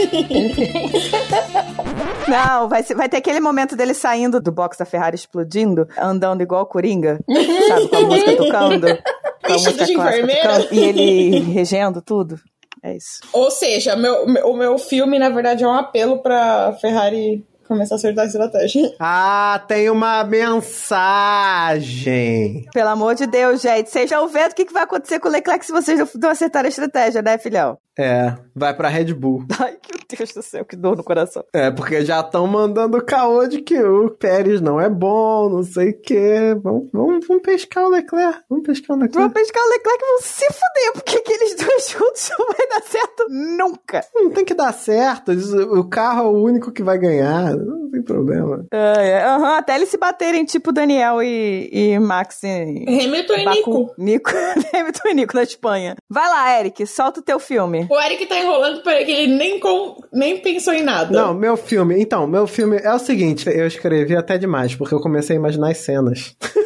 Não, vai, ser- vai ter aquele momento dele saindo do box da Ferrari explodindo, andando igual o Coringa, sabe? Com a música tocando. Com a Vestido música de clássica enfermeira. tocando, e ele regendo tudo. É isso. Ou seja, meu, meu- o meu filme, na verdade, é um apelo pra Ferrari começar a acertar a estratégia. Ah, tem uma mensagem. Pelo amor de Deus, gente. Vocês já ouviram o que que vai acontecer com o Leclerc se vocês não- não acertarem a estratégia, né, filhão? É, vai pra Red Bull. Ai, meu Deus do céu, que dor no coração. É, porque já estão mandando caô de que o Pérez não é bom, não sei o quê. Vamos, vamos, vamos pescar o Leclerc. Vamos pescar o Vão Leclerc. pescar o Leclerc e vão se fuder, porque aqueles dois juntos não vai dar certo nunca. Não tem que dar certo. O carro é o único que vai ganhar. Não tem problema. É, é, aham, até eles se baterem, tipo Daniel e, e Max em Hamilton e Baku. Nico. Nico. Hamilton e Nico na Espanha. Vai lá, Eric, solta o teu filme. O Eric tá enrolando para que ele nem, com, nem pensou em nada. Não, meu filme... Então, meu filme é o seguinte. Eu escrevi até demais, porque eu comecei a imaginar as cenas.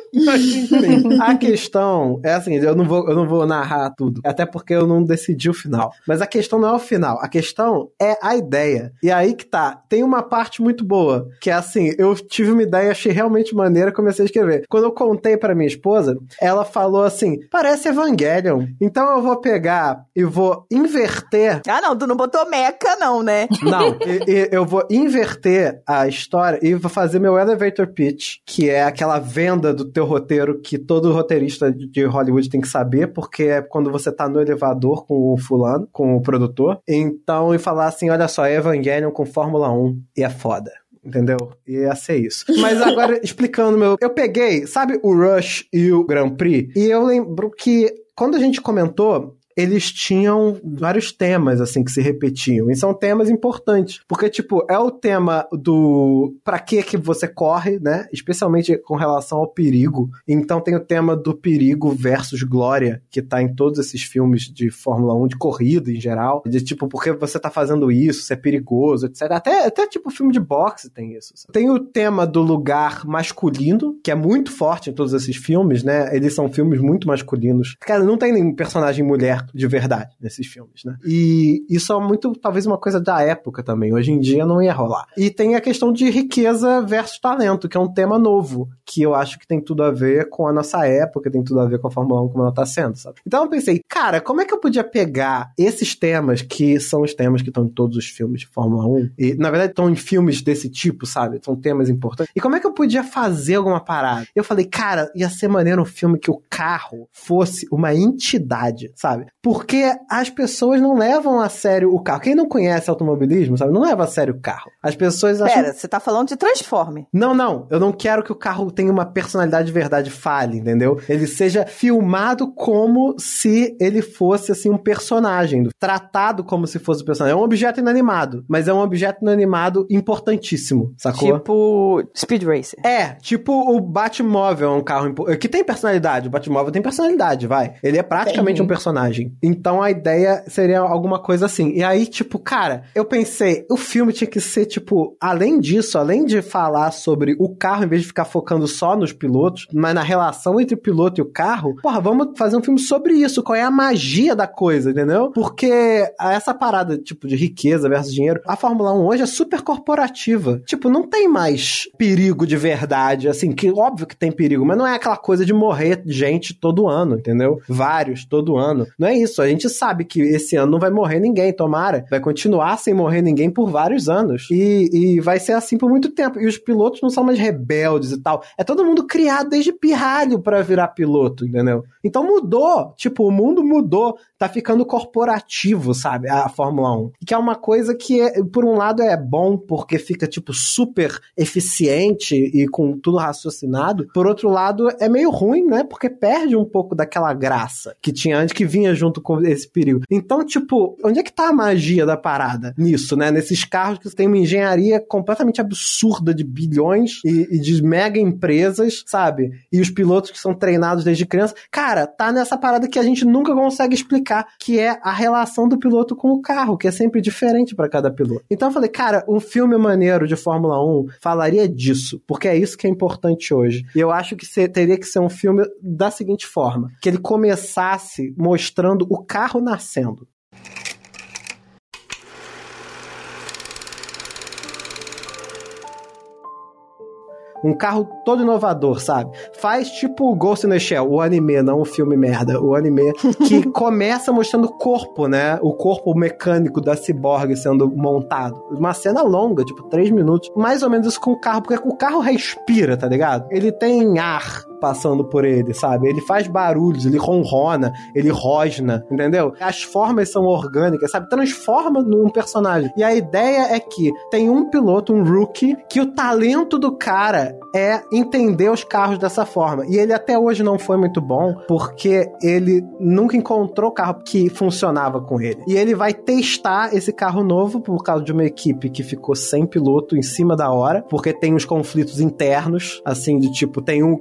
Mas, enfim, a questão é assim, eu não, vou, eu não vou narrar tudo, até porque eu não decidi o final. Mas a questão não é o final, a questão é a ideia. E aí que tá, tem uma parte muito boa, que é assim, eu tive uma ideia, achei realmente maneira, comecei a escrever. Quando eu contei pra minha esposa, ela falou assim, parece Evangelion, então eu vou pegar e vou inverter... Ah não, tu não botou meca não, né? Não, e, e eu vou inverter a história e vou fazer meu elevator pitch, que é aquela venda do teu roteiro que todo roteirista de Hollywood tem que saber, porque é quando você tá no elevador com o fulano, com o produtor. Então, e falar assim, olha só, Evangelion com Fórmula um, e é foda. Entendeu? Ia ser isso. Mas agora, explicando meu... Eu peguei, sabe o Rush e o Grand Prix? E eu lembro que, quando a gente comentou... eles tinham vários temas, assim, que se repetiam. E são temas importantes. Porque, tipo, é o tema do pra que que você corre, né? Especialmente com relação ao perigo. Então tem o tema do perigo versus glória, que tá em todos esses filmes de Fórmula um, de corrida em geral. De, tipo, por que você tá fazendo isso? Se é perigoso, etcétera. Até, até tipo, filme de boxe tem isso. Sabe? Tem o tema do lugar masculino, que é muito forte em todos esses filmes, né? Eles são filmes muito masculinos. Cara, não tem nenhum personagem mulher de verdade nesses filmes, né? E isso é muito, talvez, uma coisa da época também. Hoje em dia não ia rolar. E tem a questão de riqueza versus talento, que é um tema novo, que eu acho que tem tudo a ver com a nossa época, tem tudo a ver com a Fórmula um como ela tá sendo, sabe? Então eu pensei, cara, como é que eu podia pegar esses temas, que são os temas que estão em todos os filmes de Fórmula um, e na verdade estão em filmes desse tipo, sabe? São temas importantes. E como é que eu podia fazer alguma parada? Eu falei, cara, ia ser maneiro um filme que o carro fosse uma entidade, sabe? Porque as pessoas não levam a sério o carro. Quem não conhece automobilismo, sabe? Não leva a sério o carro. As pessoas acham... Pera, você tá falando de Transforme. Não, não. Eu não quero que o carro tenha uma personalidade de verdade, fale, entendeu? Ele seja filmado como se ele fosse, assim, um personagem. Tratado como se fosse um personagem. É um objeto inanimado, mas é um objeto inanimado importantíssimo, sacou? Tipo Speed Racer. É, tipo o Batmóvel é um carro impo... que tem personalidade. O Batmóvel tem personalidade, vai. Ele é praticamente tem. um personagem. Então a ideia seria alguma coisa assim. E aí, tipo, cara, eu pensei, o filme tinha que ser, tipo, além disso, além de falar sobre o carro, em vez de ficar focando só nos pilotos, mas na relação entre o piloto e o carro, porra, vamos fazer um filme sobre isso. Qual é a magia da coisa, entendeu? Porque essa parada, tipo, de riqueza versus dinheiro, a Fórmula um hoje é super corporativa. Tipo, não tem mais perigo de verdade, assim, que óbvio que tem perigo, mas não é aquela coisa de morrer gente todo ano, entendeu? Vários todo ano. Não é isso, a gente sabe que esse ano não vai morrer ninguém, tomara. Vai continuar sem morrer ninguém por vários anos. E, e vai ser assim por muito tempo. E os pilotos não são mais rebeldes e tal. É todo mundo criado desde pirralho pra virar piloto, entendeu? Então mudou. Tipo, o mundo mudou. Tá ficando corporativo, sabe? A Fórmula um. Que é uma coisa que, é, por um lado, é bom, porque fica, tipo, super eficiente e com tudo raciocinado. Por outro lado, é meio ruim, né? Porque perde um pouco daquela graça que tinha antes, que vinha junto com esse perigo. Então, tipo, onde é que tá a magia da parada nisso, né? Nesses carros que tem uma engenharia completamente absurda de bilhões e, e de mega empresas, sabe? E os pilotos que são treinados desde criança. Cara, tá nessa parada que a gente nunca consegue explicar, que é a relação do piloto com o carro, que é sempre diferente pra cada piloto. Então eu falei, cara, um filme maneiro de Fórmula um falaria disso, porque é isso que é importante hoje. E eu acho que teria que ser um filme da seguinte forma, que ele começasse mostrando o carro nascendo. Um carro todo inovador, sabe? Faz tipo o Ghost in the Shell, o anime, não o filme merda. O anime que começa mostrando o corpo, né? O corpo mecânico da ciborgue sendo montado. Uma cena longa, tipo três minutos. Mais ou menos isso com o carro, porque o carro respira, tá ligado? Ele tem ar passando por ele, sabe? Ele faz barulhos, ele ronrona, ele rosna, entendeu? As formas são orgânicas, sabe? Transforma num personagem. E a ideia é que tem um piloto, um rookie, que o talento do cara é entender os carros dessa forma. E ele até hoje não foi muito bom, porque ele nunca encontrou carro que funcionava com ele. E ele vai testar esse carro novo por causa de uma equipe que ficou sem piloto em cima da hora, porque tem uns conflitos internos, assim, de tipo, tem um... Eu,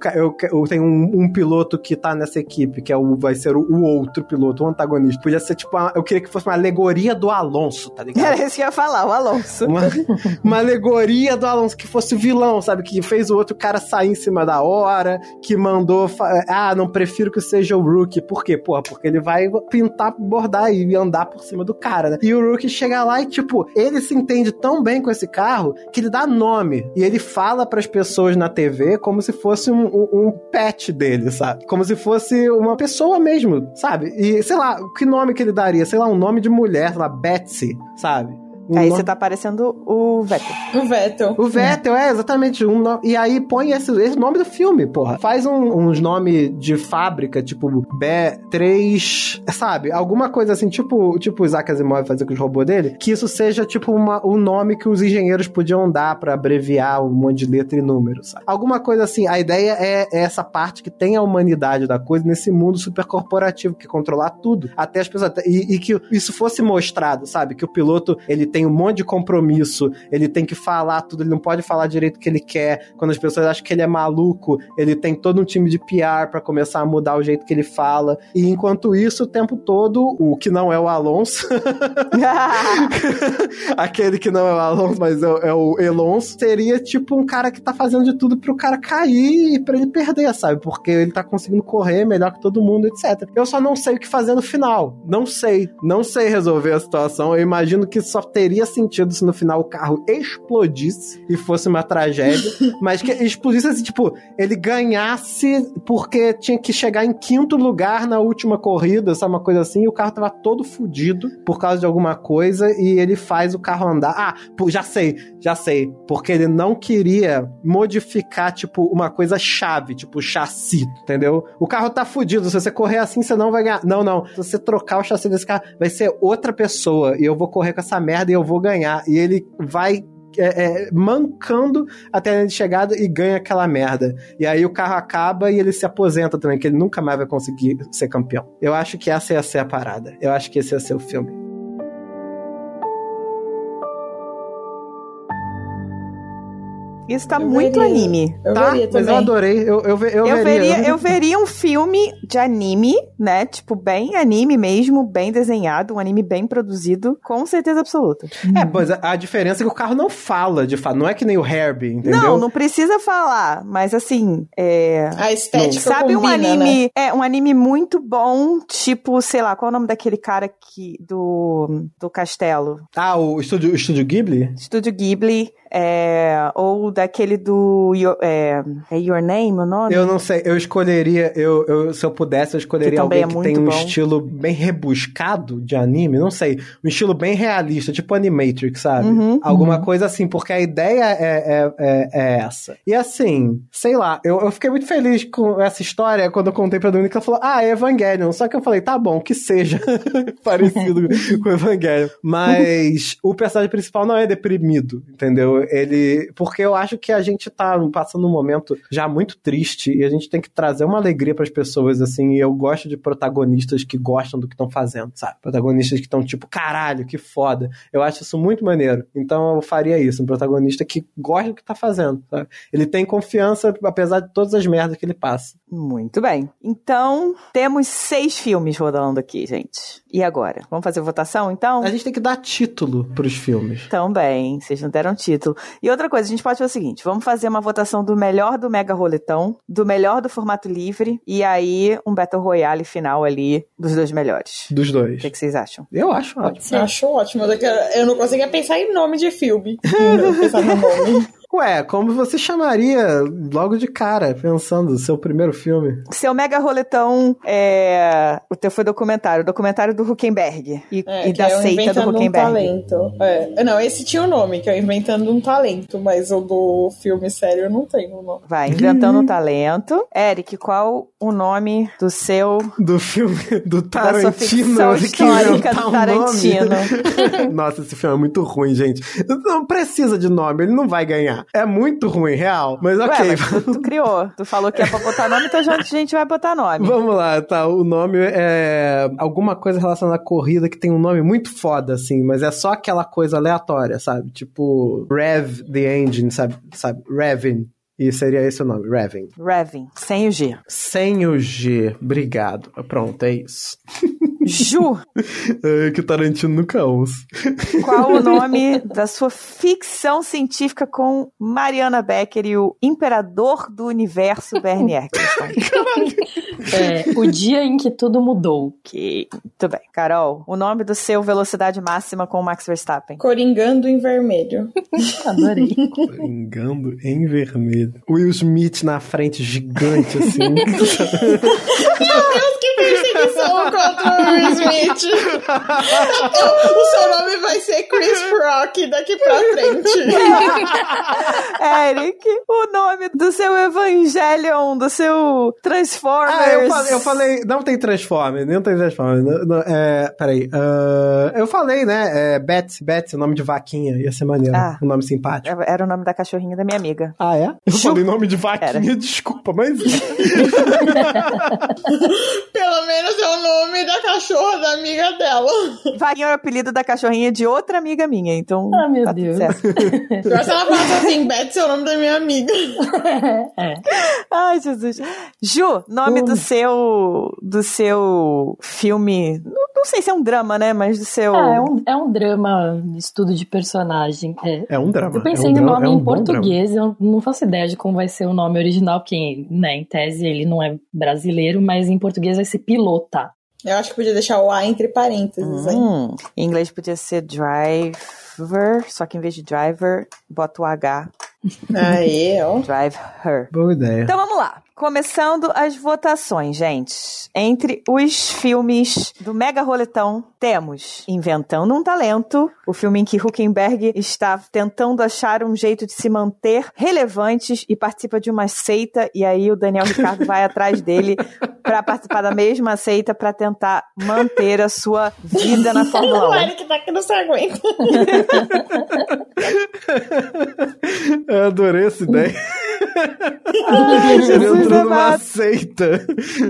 tem um, um piloto que tá nessa equipe, que é o, vai ser o, o outro piloto, o antagonista. Podia ser tipo, uma, eu queria que fosse uma alegoria do Alonso, tá ligado? Era isso que eu ia falar, o Alonso. Uma, uma alegoria do Alonso, que fosse o vilão, sabe? Que fez o outro cara sair em cima da hora, que mandou, ah, não prefiro que seja o Rookie. Por quê? Porra, porque ele vai pintar, bordar e andar por cima do cara, né? E o Rookie chega lá e, tipo, ele se entende tão bem com esse carro que ele dá nome. E ele fala pras pessoas na T V como se fosse um, um, um pet dele, sabe? Como se fosse uma pessoa mesmo, sabe? E, sei lá, que nome que ele daria? Sei lá, um nome de mulher, sei lá, Betsy, sabe? Um aí nome... você tá parecendo o Vettel. O Vettel. O Vettel, é, exatamente. Um no... E aí põe esse, esse nome do filme, porra. Faz um, uns nomes de fábrica, tipo B três, sabe? Alguma coisa assim, tipo, tipo o Isaac Asimov fazer com os robôs dele, que isso seja tipo uma, um nome que os engenheiros podiam dar pra abreviar um monte de letra e número, sabe? Alguma coisa assim. A ideia é, é essa parte que tem a humanidade da coisa nesse mundo super corporativo, que controlar tudo, até as pessoas... E, e que isso fosse mostrado, sabe? Que o piloto, ele tem um monte de compromisso, ele tem que falar tudo, ele não pode falar direito o que ele quer. Quando as pessoas acham que ele é maluco, ele tem todo um time de P R pra começar a mudar o jeito que ele fala. E enquanto isso, o tempo todo, o que não é o Alonso, aquele que não é o Alonso, mas é, é o Elonso, seria tipo um cara que tá fazendo de tudo pro cara cair e pra ele perder, sabe? Porque ele tá conseguindo correr melhor que todo mundo, etcétera. Eu só não sei o que fazer no final. Não sei. Não sei resolver a situação. Eu imagino que só teria sentido se no final o carro explodisse e fosse uma tragédia, mas que explodisse assim, tipo, ele ganhasse porque tinha que chegar em quinto lugar na última corrida, sabe, uma coisa assim, e o carro tava todo fudido por causa de alguma coisa e ele faz o carro andar. Ah, já sei, já sei, porque ele não queria modificar, tipo, uma coisa chave, tipo, chassi, entendeu? O carro tá fudido, se você correr assim, você não vai ganhar. Não, não, se você trocar o chassi desse carro, vai ser outra pessoa e eu vou correr com essa merda e eu vou ganhar. E ele vai é, é, mancando até a linha de chegada e ganha aquela merda. E aí o carro acaba e ele se aposenta também, que ele nunca mais vai conseguir ser campeão. Eu acho que essa ia ser a parada. Eu acho que esse ia ser o filme. Isso tá eu muito veria. anime. Eu tá? veria também. Mas eu adorei. Eu, eu, eu, Eu, veria. veria, eu veria um filme de anime, né? Tipo, bem anime mesmo, bem desenhado, um anime bem produzido, com certeza absoluta. É, pois a, a diferença é que o carro não fala, de fato. Não é que nem o Herbie, entendeu? Não, não precisa falar, mas assim, é... A estética Sabe combina, um anime, né? é, um anime muito bom, tipo, sei lá, qual é o nome daquele cara que, do, do castelo? Ah, o estúdio, o estúdio Ghibli? Estúdio Ghibli, é, ou daquele do, Your, é, é Your Name o nome? Eu não sei, eu escolheria, eu, eu, se eu pudesse, eu escolheria Que também alguém é que tem um muito bom. estilo bem rebuscado de anime, não sei, um estilo bem realista, tipo Animatrix, sabe? Uhum, Alguma uhum. coisa assim, porque a ideia é, é, é, é essa. E assim, sei lá, eu, eu fiquei muito feliz com essa história quando eu contei pra Dominica, ela falou, ah, é Evangelion, só que eu falei, tá bom, que seja parecido com Evangelion, mas o personagem principal não é deprimido, entendeu? Ele, porque eu acho que a gente tá passando um momento já muito triste e a gente tem que trazer uma alegria pras pessoas, assim, e eu gosto de protagonistas que gostam do que estão fazendo, sabe? Protagonistas que estão tipo, caralho, que foda. Eu acho isso muito maneiro. Então eu faria isso, um protagonista que gosta do que tá fazendo, sabe? Ele tem confiança, apesar de todas as merdas que ele passa. Muito bem. Então, temos seis filmes rodando aqui, gente. E agora? Vamos fazer votação, então? A gente tem que dar título pros filmes. Também, vocês não deram título. E outra coisa, a gente pode fazer o seguinte, vamos fazer uma votação do melhor do Mega Roletão, do melhor do formato livre, e aí um Battle Royale final ali dos dois melhores. Dos dois. O que, que vocês acham? Eu acho ótimo. Eu acho ótimo. Eu não conseguia pensar em nome de filme. Eu pensar no nome. Ué, como você chamaria logo de cara, pensando, seu primeiro filme? Seu Mega Roletão é... O teu foi documentário, o documentário do Huckenberg e, É, e que da é o seita do Inventando um Huckenberg. Talento. É. Não, esse tinha o um nome, que é o Inventando um Talento, mas o do filme sério eu não tenho o nome. Vai, Inventando um Talento. Eric, qual o nome do seu... Do filme do Tarantino. Da sua ficção histórica do um Tarantino. Nossa, esse filme é muito ruim, gente. Não precisa de nome, ele não vai ganhar. É muito ruim, real. Mas ok. Ué, mas tu, tu criou. Tu falou que é pra botar nome, então a gente vai botar nome. Vamos lá, tá. O nome é alguma coisa relacionada à corrida que tem um nome muito foda, assim, mas é só aquela coisa aleatória, sabe? Tipo, Rev the Engine, sabe? sabe? Revin. E seria esse o nome, Revving. Revving, sem o G. Sem o G, obrigado. Pronto, é isso. Ju. É que o Tarantino nunca usa. Qual o nome da sua ficção científica com Mariana Becker e o Imperador do Universo, Bernie Eccleston? É, o dia em que tudo mudou. Que... Muito bem. Carol, o nome do seu velocidade máxima com o Max Verstappen? Coringando em vermelho. Adorei. Coringando em vermelho. Will Smith na frente, gigante, assim. Meu Deus, que perseguição contra o Will Smith. O seu nome vai ser Chris Rock daqui pra frente. Eric, o nome do seu Evangelion, do seu Transformers. Ah, eu falei, eu falei, não tem Transformers, não tem Transformers. Não, não, é, peraí, uh, eu falei, né, é, Betsy, Betsy, o nome de vaquinha, ia ser maneiro, Ah. um nome simpático. Era o nome da cachorrinha da minha amiga. Ah, é? Eu Ju. falei nome de vaquinha, Era. desculpa, mas... Pelo menos é o nome da cachorra da amiga dela. Vaguinho era o apelido da cachorrinha de outra amiga minha, então... Ah, meu tá Deus. tudo certo. Agora se ela falasse assim, Betsy é o nome da minha amiga. É. Ai, Jesus. Ju, nome Hum. do seu do seu filme, não, não sei se é um drama, né, mas do seu... Ah, é um, é um drama, estudo de personagem. É. É um drama. Eu pensei é um no drama, nome é um em bom português, eu não faço ideia de como vai ser o nome original, porque, né, em tese ele não é brasileiro, mas em português vai ser Pilota. Eu acho que podia deixar o A entre parênteses, hein? Hum, em inglês podia ser driver, só que em vez de driver, bota o H. Aí, ó. Drive her. Boa ideia. Então vamos lá. Começando as votações, gente. Entre os filmes do Mega Roletão, temos Inventando um Talento, o filme em que Huckenberg está tentando achar um jeito de se manter relevantes e participa de uma seita, e aí o Daniel Ricciardo vai atrás dele para participar da mesma seita para tentar manter a sua vida na Fórmula O um. Eric tá que não se aguenta. Eu adorei essa ideia. Ai, Ele Jesus entrou numa amado. seita.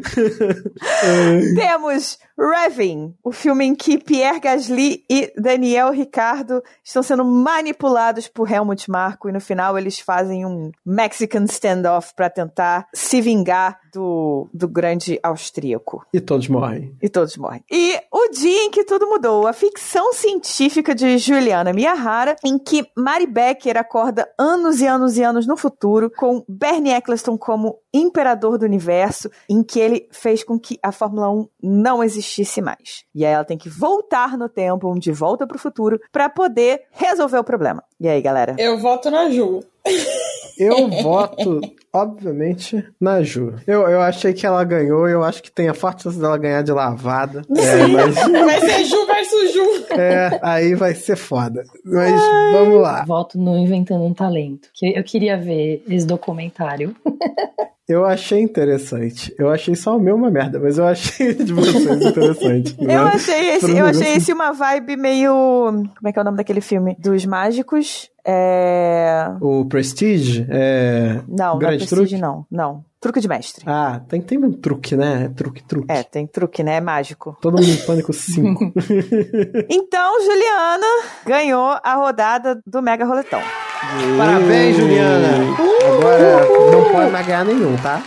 Temos Revving, o filme em que Pierre Gasly e Daniel Ricciardo estão sendo manipulados por Helmut Marko e no final eles fazem um Mexican standoff para tentar se vingar do, do grande austríaco. E todos morrem. E todos morrem. E O Dia em que Tudo Mudou, a ficção científica de Juliana Miyahara, em que Mari Becker acorda anos e anos e anos no futuro, com Bernie Eccleston como imperador do universo, em que ele fez com que a Fórmula um não existisse mais. E aí ela tem que voltar no tempo, um de volta pro futuro, pra poder resolver o problema. E aí, galera? Eu voto na Ju. Eu voto, obviamente, na Ju. Eu, eu achei que ela ganhou, eu acho que tem a forte chance dela ganhar de lavada. É, mas, Vai ser Ju versus Ju. é, aí vai ser foda. Mas vamos lá. Voto no Inventando um Talento. Que eu queria ver esse documentário. Eu achei interessante. Eu achei só o meu uma merda, mas eu achei de vocês interessante. Eu né? achei esse, Por um eu negócio- achei esse uma vibe meio... Como é que é o nome daquele filme? Dos mágicos. É... O Prestige? É... Não, não é Grande Prestige, Truque? não. Não. Truque de mestre. Ah, tem, tem um truque, né? Truque, truque. É, tem truque, né? É mágico. Todo mundo em Pânico cinco. Então, Juliana ganhou a rodada do Mega Roletão. Parabéns, Juliana! Agora não pode mais ganhar nenhum, tá?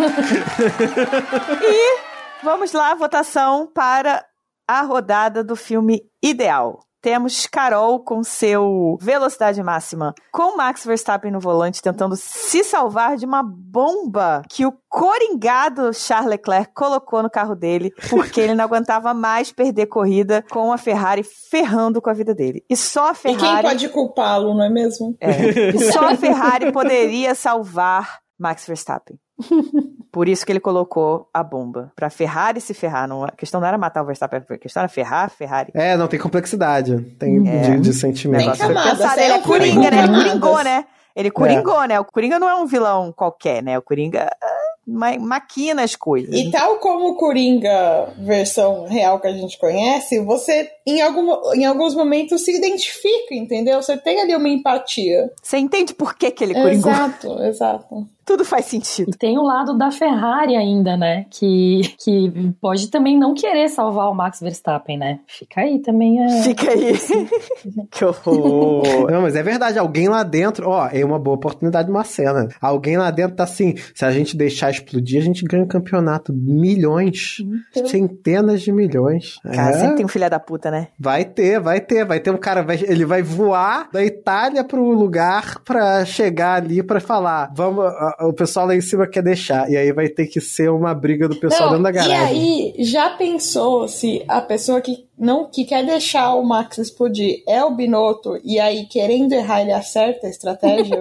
Vamos lá, votação para a rodada do filme Ideal. Temos Carol com seu velocidade máxima, com Max Verstappen no volante, tentando se salvar de uma bomba que o coringado Charles Leclerc colocou no carro dele, porque ele não aguentava mais perder corrida com a Ferrari ferrando com a vida dele. E só a E quem Ferrari... pode culpá-lo, não é mesmo? É, e só a Ferrari poderia salvar Max Verstappen. Por isso que ele colocou a bomba. Pra Ferrari se ferrar. Não, a questão não era matar o Verstappen, a questão era ferrar a Ferrari. É, não, tem complexidade. Tem É. de, de O sentimento. negócio foi camadas, pensado, é ele é um filme coringa, com né? Ele camadas. coringou, né? Ele coringou, né? O Coringa não é um vilão qualquer, né? O Coringa ah, ma- maquina as coisas. E tal como o Coringa, versão real que a gente conhece, você, em, algum, em alguns momentos, se identifica, entendeu? Você tem ali uma empatia. Você entende por que, que ele coringou? Exato, exato. Tudo faz sentido. E tem o lado da Ferrari ainda, né? Que, que pode também não querer salvar o Max Verstappen, né? Fica aí também. É... Fica aí. Que horror. Não, mas é verdade. Alguém lá dentro... Ó, é uma boa oportunidade de uma cena. Alguém lá dentro tá assim... Se a gente deixar explodir, a gente ganha um campeonato. Milhões. Então... Centenas de milhões. Cara, é. sempre tem um filho da puta, né? Vai ter, vai ter. Vai ter um cara... Vai, ele vai voar da Itália pro lugar pra chegar ali pra falar... Vamos... O pessoal lá em cima quer deixar. E aí vai ter que ser uma briga do pessoal não, dentro da garagem. E aí, já pensou se a pessoa que, não, que quer deixar o Max explodir é o Binotto e aí, querendo errar, ele acerta a estratégia?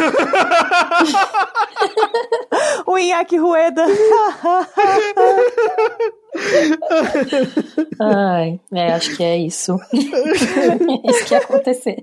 O Iñaki Rueda. Ai, é, acho que é isso. É isso que ia acontecer.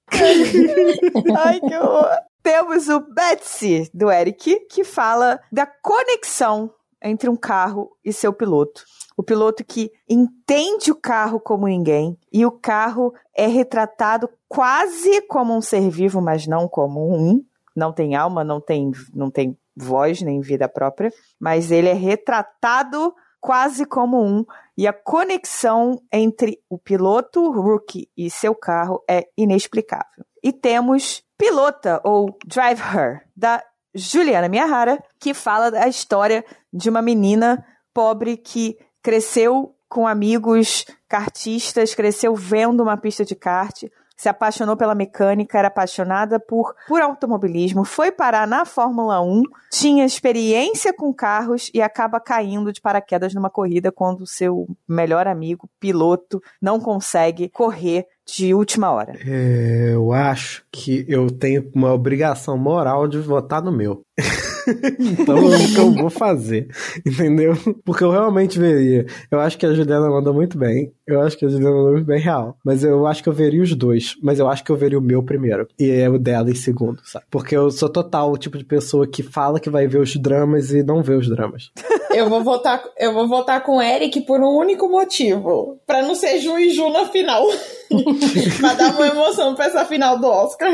Ai, que horror. Temos o Betsy, do Eric, que fala da conexão entre um carro e seu piloto. O piloto que entende o carro como ninguém e o carro é retratado quase como um ser vivo, mas não como um. Não tem alma, não tem, não tem voz, nem vida própria, mas ele é retratado quase como um. E a conexão entre o piloto rookie e seu carro é inexplicável. E temos Pilota, ou Drive Her, da Juliana Miyahara, que fala da história de uma menina pobre que cresceu com amigos kartistas, cresceu vendo uma pista de kart, se apaixonou pela mecânica, era apaixonada por, por automobilismo, foi parar na Fórmula um, tinha experiência com carros e acaba caindo de paraquedas numa corrida quando o seu melhor amigo, piloto, não consegue correr de última hora. É, eu acho que eu tenho uma obrigação moral de votar no meu. Então é o que eu vou fazer, entendeu? Porque eu realmente veria. Eu acho que a Juliana mandou muito bem. Eu acho que a Juliana mandou muito bem real. Mas eu acho que eu veria os dois. Mas eu acho que eu veria o meu primeiro. E é o dela em segundo, sabe? Porque eu sou total o tipo de pessoa que fala que vai ver os dramas e não vê os dramas. Eu vou votar, eu vou votar com o Eric por um único motivo. Pra não ser Ju e Ju na final. Pra dar uma emoção pra essa final do Oscar.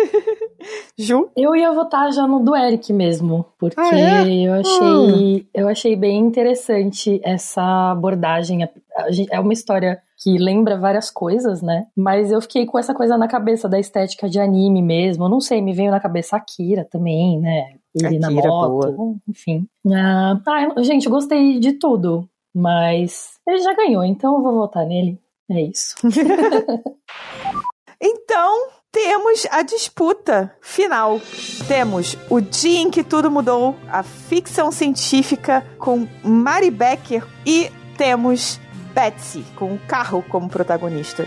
Ju? Eu ia votar já no do Eric mesmo, porque ah, é? eu achei, hum. eu achei bem interessante essa abordagem. É uma história que lembra várias coisas, né? Mas eu fiquei com essa coisa na cabeça da estética de anime mesmo. Eu não sei, me veio na cabeça a Akira também, né? Ele na moto, boa. Enfim. Ah, ah, gente, eu gostei de tudo, mas ele já ganhou, então eu vou votar nele. É isso. Então, temos a disputa final. Temos o dia em que tudo mudou, a ficção científica com Mari Becker e temos Betsy com o carro como protagonista.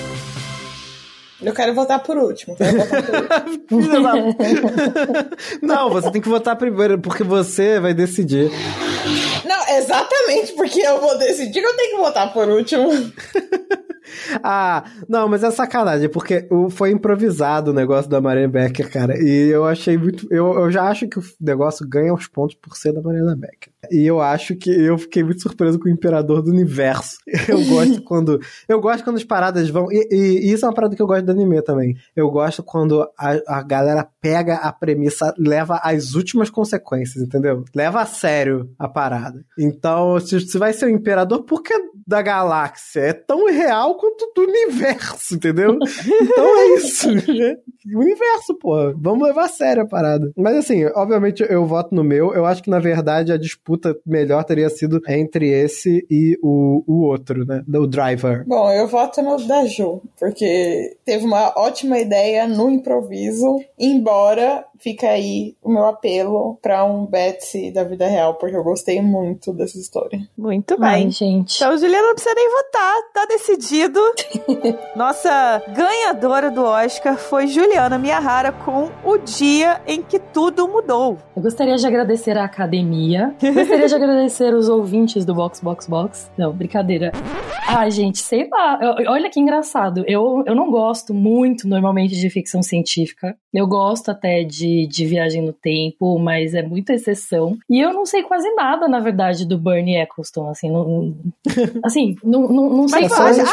Eu quero votar por último. Quero votar por último. Não, você tem que votar primeiro, porque você vai decidir. Não, exatamente, porque eu vou decidir que eu tenho que votar por último. Ah, não, mas é sacanagem, porque foi improvisado o negócio da Mariana Becker, cara, e eu achei muito, eu, eu já acho que o negócio ganha os pontos por ser da Mariana Becker, e eu acho que eu fiquei muito surpreso com o Imperador do Universo. Eu gosto quando, eu gosto quando as paradas vão, e, e, e isso é uma parada que eu gosto do anime também, eu gosto quando a, a galera pega a premissa, leva às últimas consequências, entendeu? Leva a sério a parada. Então, se, se vai ser o Imperador, por que da galáxia? É tão irreal quanto do universo, entendeu? Então é isso. O universo, pô. Vamos levar a sério a parada. Mas assim, obviamente eu voto no meu. Eu acho que, na verdade, a disputa melhor teria sido entre esse e o, o outro, né? O Driver. Bom, eu voto no da Ju, porque teve uma ótima ideia no improviso, embora fica aí o meu apelo pra um Betsy da vida real, porque eu gostei muito dessa história. Muito bem. Ai, gente. Então, Juliana não precisa nem votar, tá decidido. Nossa ganhadora do Oscar foi Juliana Miyahara com O Dia em que Tudo Mudou. Eu gostaria de agradecer a academia. Gostaria de agradecer os ouvintes do Box Box Box. Não, brincadeira. Ai, gente, sei lá. Eu, olha que engraçado. Eu, eu não gosto muito, normalmente, de ficção científica. Eu gosto até de, de viagem no tempo, mas é muita exceção. E eu não sei quase nada, na verdade, do Bernie Eccleston. Assim, não, assim, não, não, não sei. Mas eu acho, acho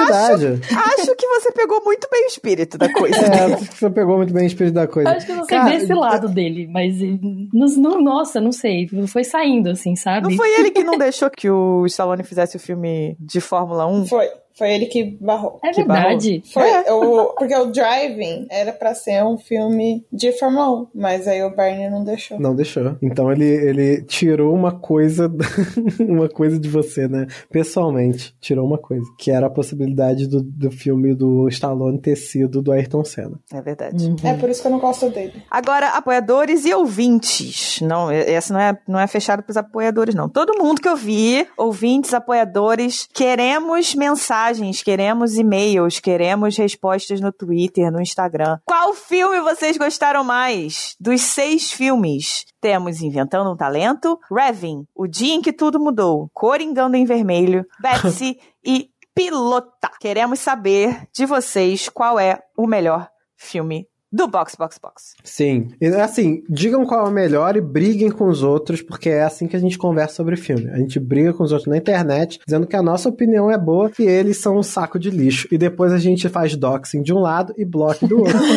verdade? Acho que você pegou muito bem o espírito da coisa. É, acho que você pegou muito bem o espírito da coisa. Acho que eu não sei Cara, desse lado dele, mas não, nossa, não sei. Foi saindo, assim, sabe? Não foi ele que não deixou que o Stallone fizesse o filme de Fórmula um? Foi. Foi ele que barrou. É que verdade. Foi, o, porque o Driving era pra ser um filme de Fórmula um, mas aí o Barney não deixou. Não deixou. Então ele, ele tirou uma coisa, uma coisa de você, né? Pessoalmente, tirou uma coisa, que era a possibilidade do, do filme do Stallone ter sido do Ayrton Senna. É verdade. Uhum. É por isso que eu não gosto dele. Agora, apoiadores e ouvintes. Não, essa não é, não é fechado pros apoiadores, não. Todo mundo que eu vi, ouvintes, apoiadores, queremos mensagens, queremos e-mails, queremos respostas no Twitter, no Instagram. Qual filme vocês gostaram mais? Dos seis filmes, temos Inventando um Talento, Revving, O Dia em que Tudo Mudou, Coringando em Vermelho, Betsy e Pilota. Queremos saber de vocês qual é o melhor filme do Box, Box, Box. Sim. E, assim, digam qual é o melhor e briguem com os outros, porque é assim que a gente conversa sobre filme. A gente briga com os outros na internet, dizendo que a nossa opinião é boa e eles são um saco de lixo. E depois a gente faz doxing de um lado e bloco do outro.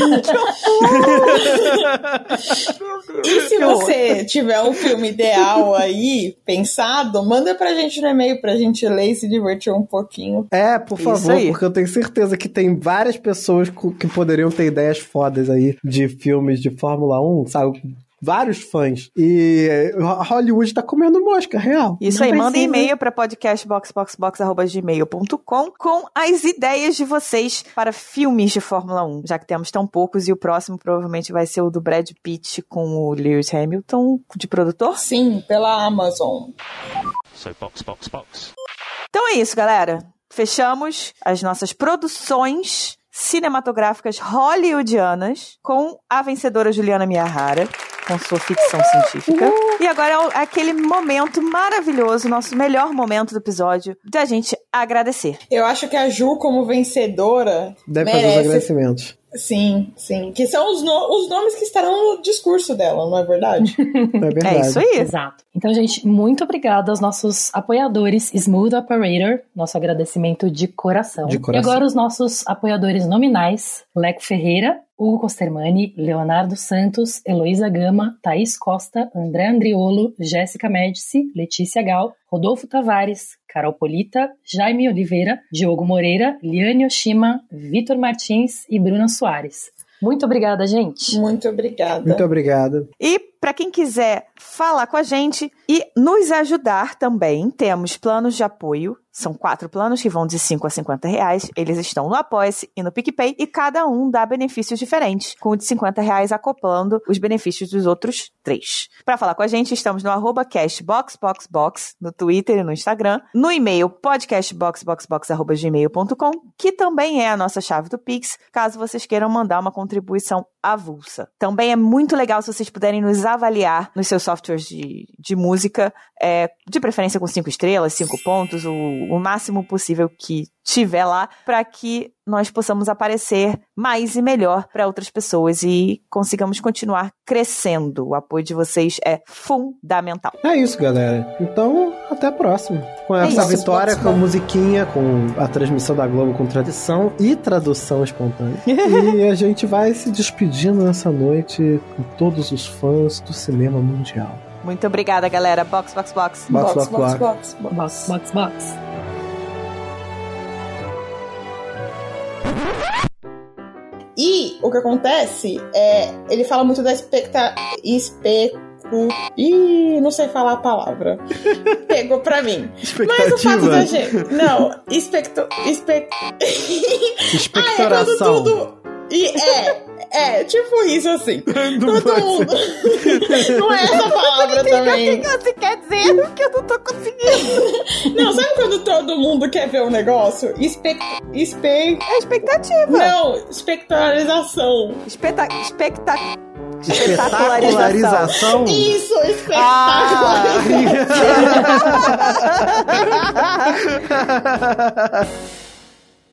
E se você tiver um filme ideal aí, pensado, manda pra gente no e-mail pra gente ler e se divertir um pouquinho. É, por Isso favor, aí. porque eu tenho certeza que tem várias pessoas co- que poderiam ter ideias fodas aí de filmes de Fórmula um, sabe? Vários fãs. E Hollywood tá comendo mosca, real. Isso Não aí, manda precisa. e-mail para podcast box box box arroba gmail ponto com com as ideias de vocês para filmes de Fórmula um, já que temos tão poucos e o próximo provavelmente vai ser o do Brad Pitt com o Lewis Hamilton de produtor. Sim, pela Amazon. So box, box, box. Então é isso, galera. Fechamos as nossas produções cinematográficas hollywoodianas com a vencedora Juliana Miyahara, com sua ficção científica. E agora é o- aquele momento maravilhoso, nosso melhor momento do episódio, da gente agradecer. Eu acho que a Ju, como vencedora, Deve fazer os merece. agradecimentos. Sim, sim. Que são os, no- os nomes que estarão no discurso dela, não é verdade? É verdade. É isso aí. Exato. Então, gente, muito obrigada aos nossos apoiadores Smooth Operator, nosso agradecimento de coração. De coração. E agora os nossos apoiadores nominais, Leco Ferreira, Hugo Costermani, Leonardo Santos, Heloísa Gama, Thaís Costa, André Andriolo, Jéssica Médici, Letícia Gal, Rodolfo Tavares, Carol Polita, Jaime Oliveira, Diogo Moreira, Liane Oshima, Vitor Martins e Bruna Soares. Muito obrigada, gente. Muito obrigada. Muito obrigado. E para quem quiser falar com a gente e nos ajudar também, temos planos de apoio. São quatro planos que vão de cinco a cinquenta reais. Eles estão no Apoia-se e no PicPay e cada um dá benefícios diferentes, com o de cinquenta reais acoplando os benefícios dos outros três. Para falar com a gente, estamos no arroba castboxboxbox, no Twitter e no Instagram, no e-mail podcastboxboxbox arroba gmail ponto com, que também é a nossa chave do Pix, caso vocês queiram mandar uma contribuição avulsa. Também é muito legal se vocês puderem nos avaliar nos seus softwares de, de música, é, de preferência com cinco estrelas, cinco pontos, o, o máximo possível que tiver lá, para que nós possamos aparecer mais e melhor para outras pessoas e consigamos continuar crescendo. O apoio de vocês é fundamental. É isso, galera. Então, até a próxima. Com É essa isso, vitória, pode com a ser. musiquinha, com a transmissão da Globo com tradição e tradução espontânea. E a gente vai se despedindo nessa noite com todos os fãs do cinema mundial. Muito obrigada, galera. Box, box, box. Box, box, box. box, box. Box, box, box. E o que acontece é, ele fala muito da expecta... especu... Ih, não sei falar a palavra. Pegou pra mim. Mas o fato da gente... Não, expecto... Espe... Expectoração. Ah, é quando tudo... E é, é, tipo isso assim. Não Todo mundo... Não é essa palavra também. O que você quer dizer? Que eu não tô conseguindo. Não, sabe quando todo mundo quer ver um negócio? Espe... Espe... É expectativa. Não, espectralização. Espeta... Especta... Espetacularização. Isso, Ah! espetacularização.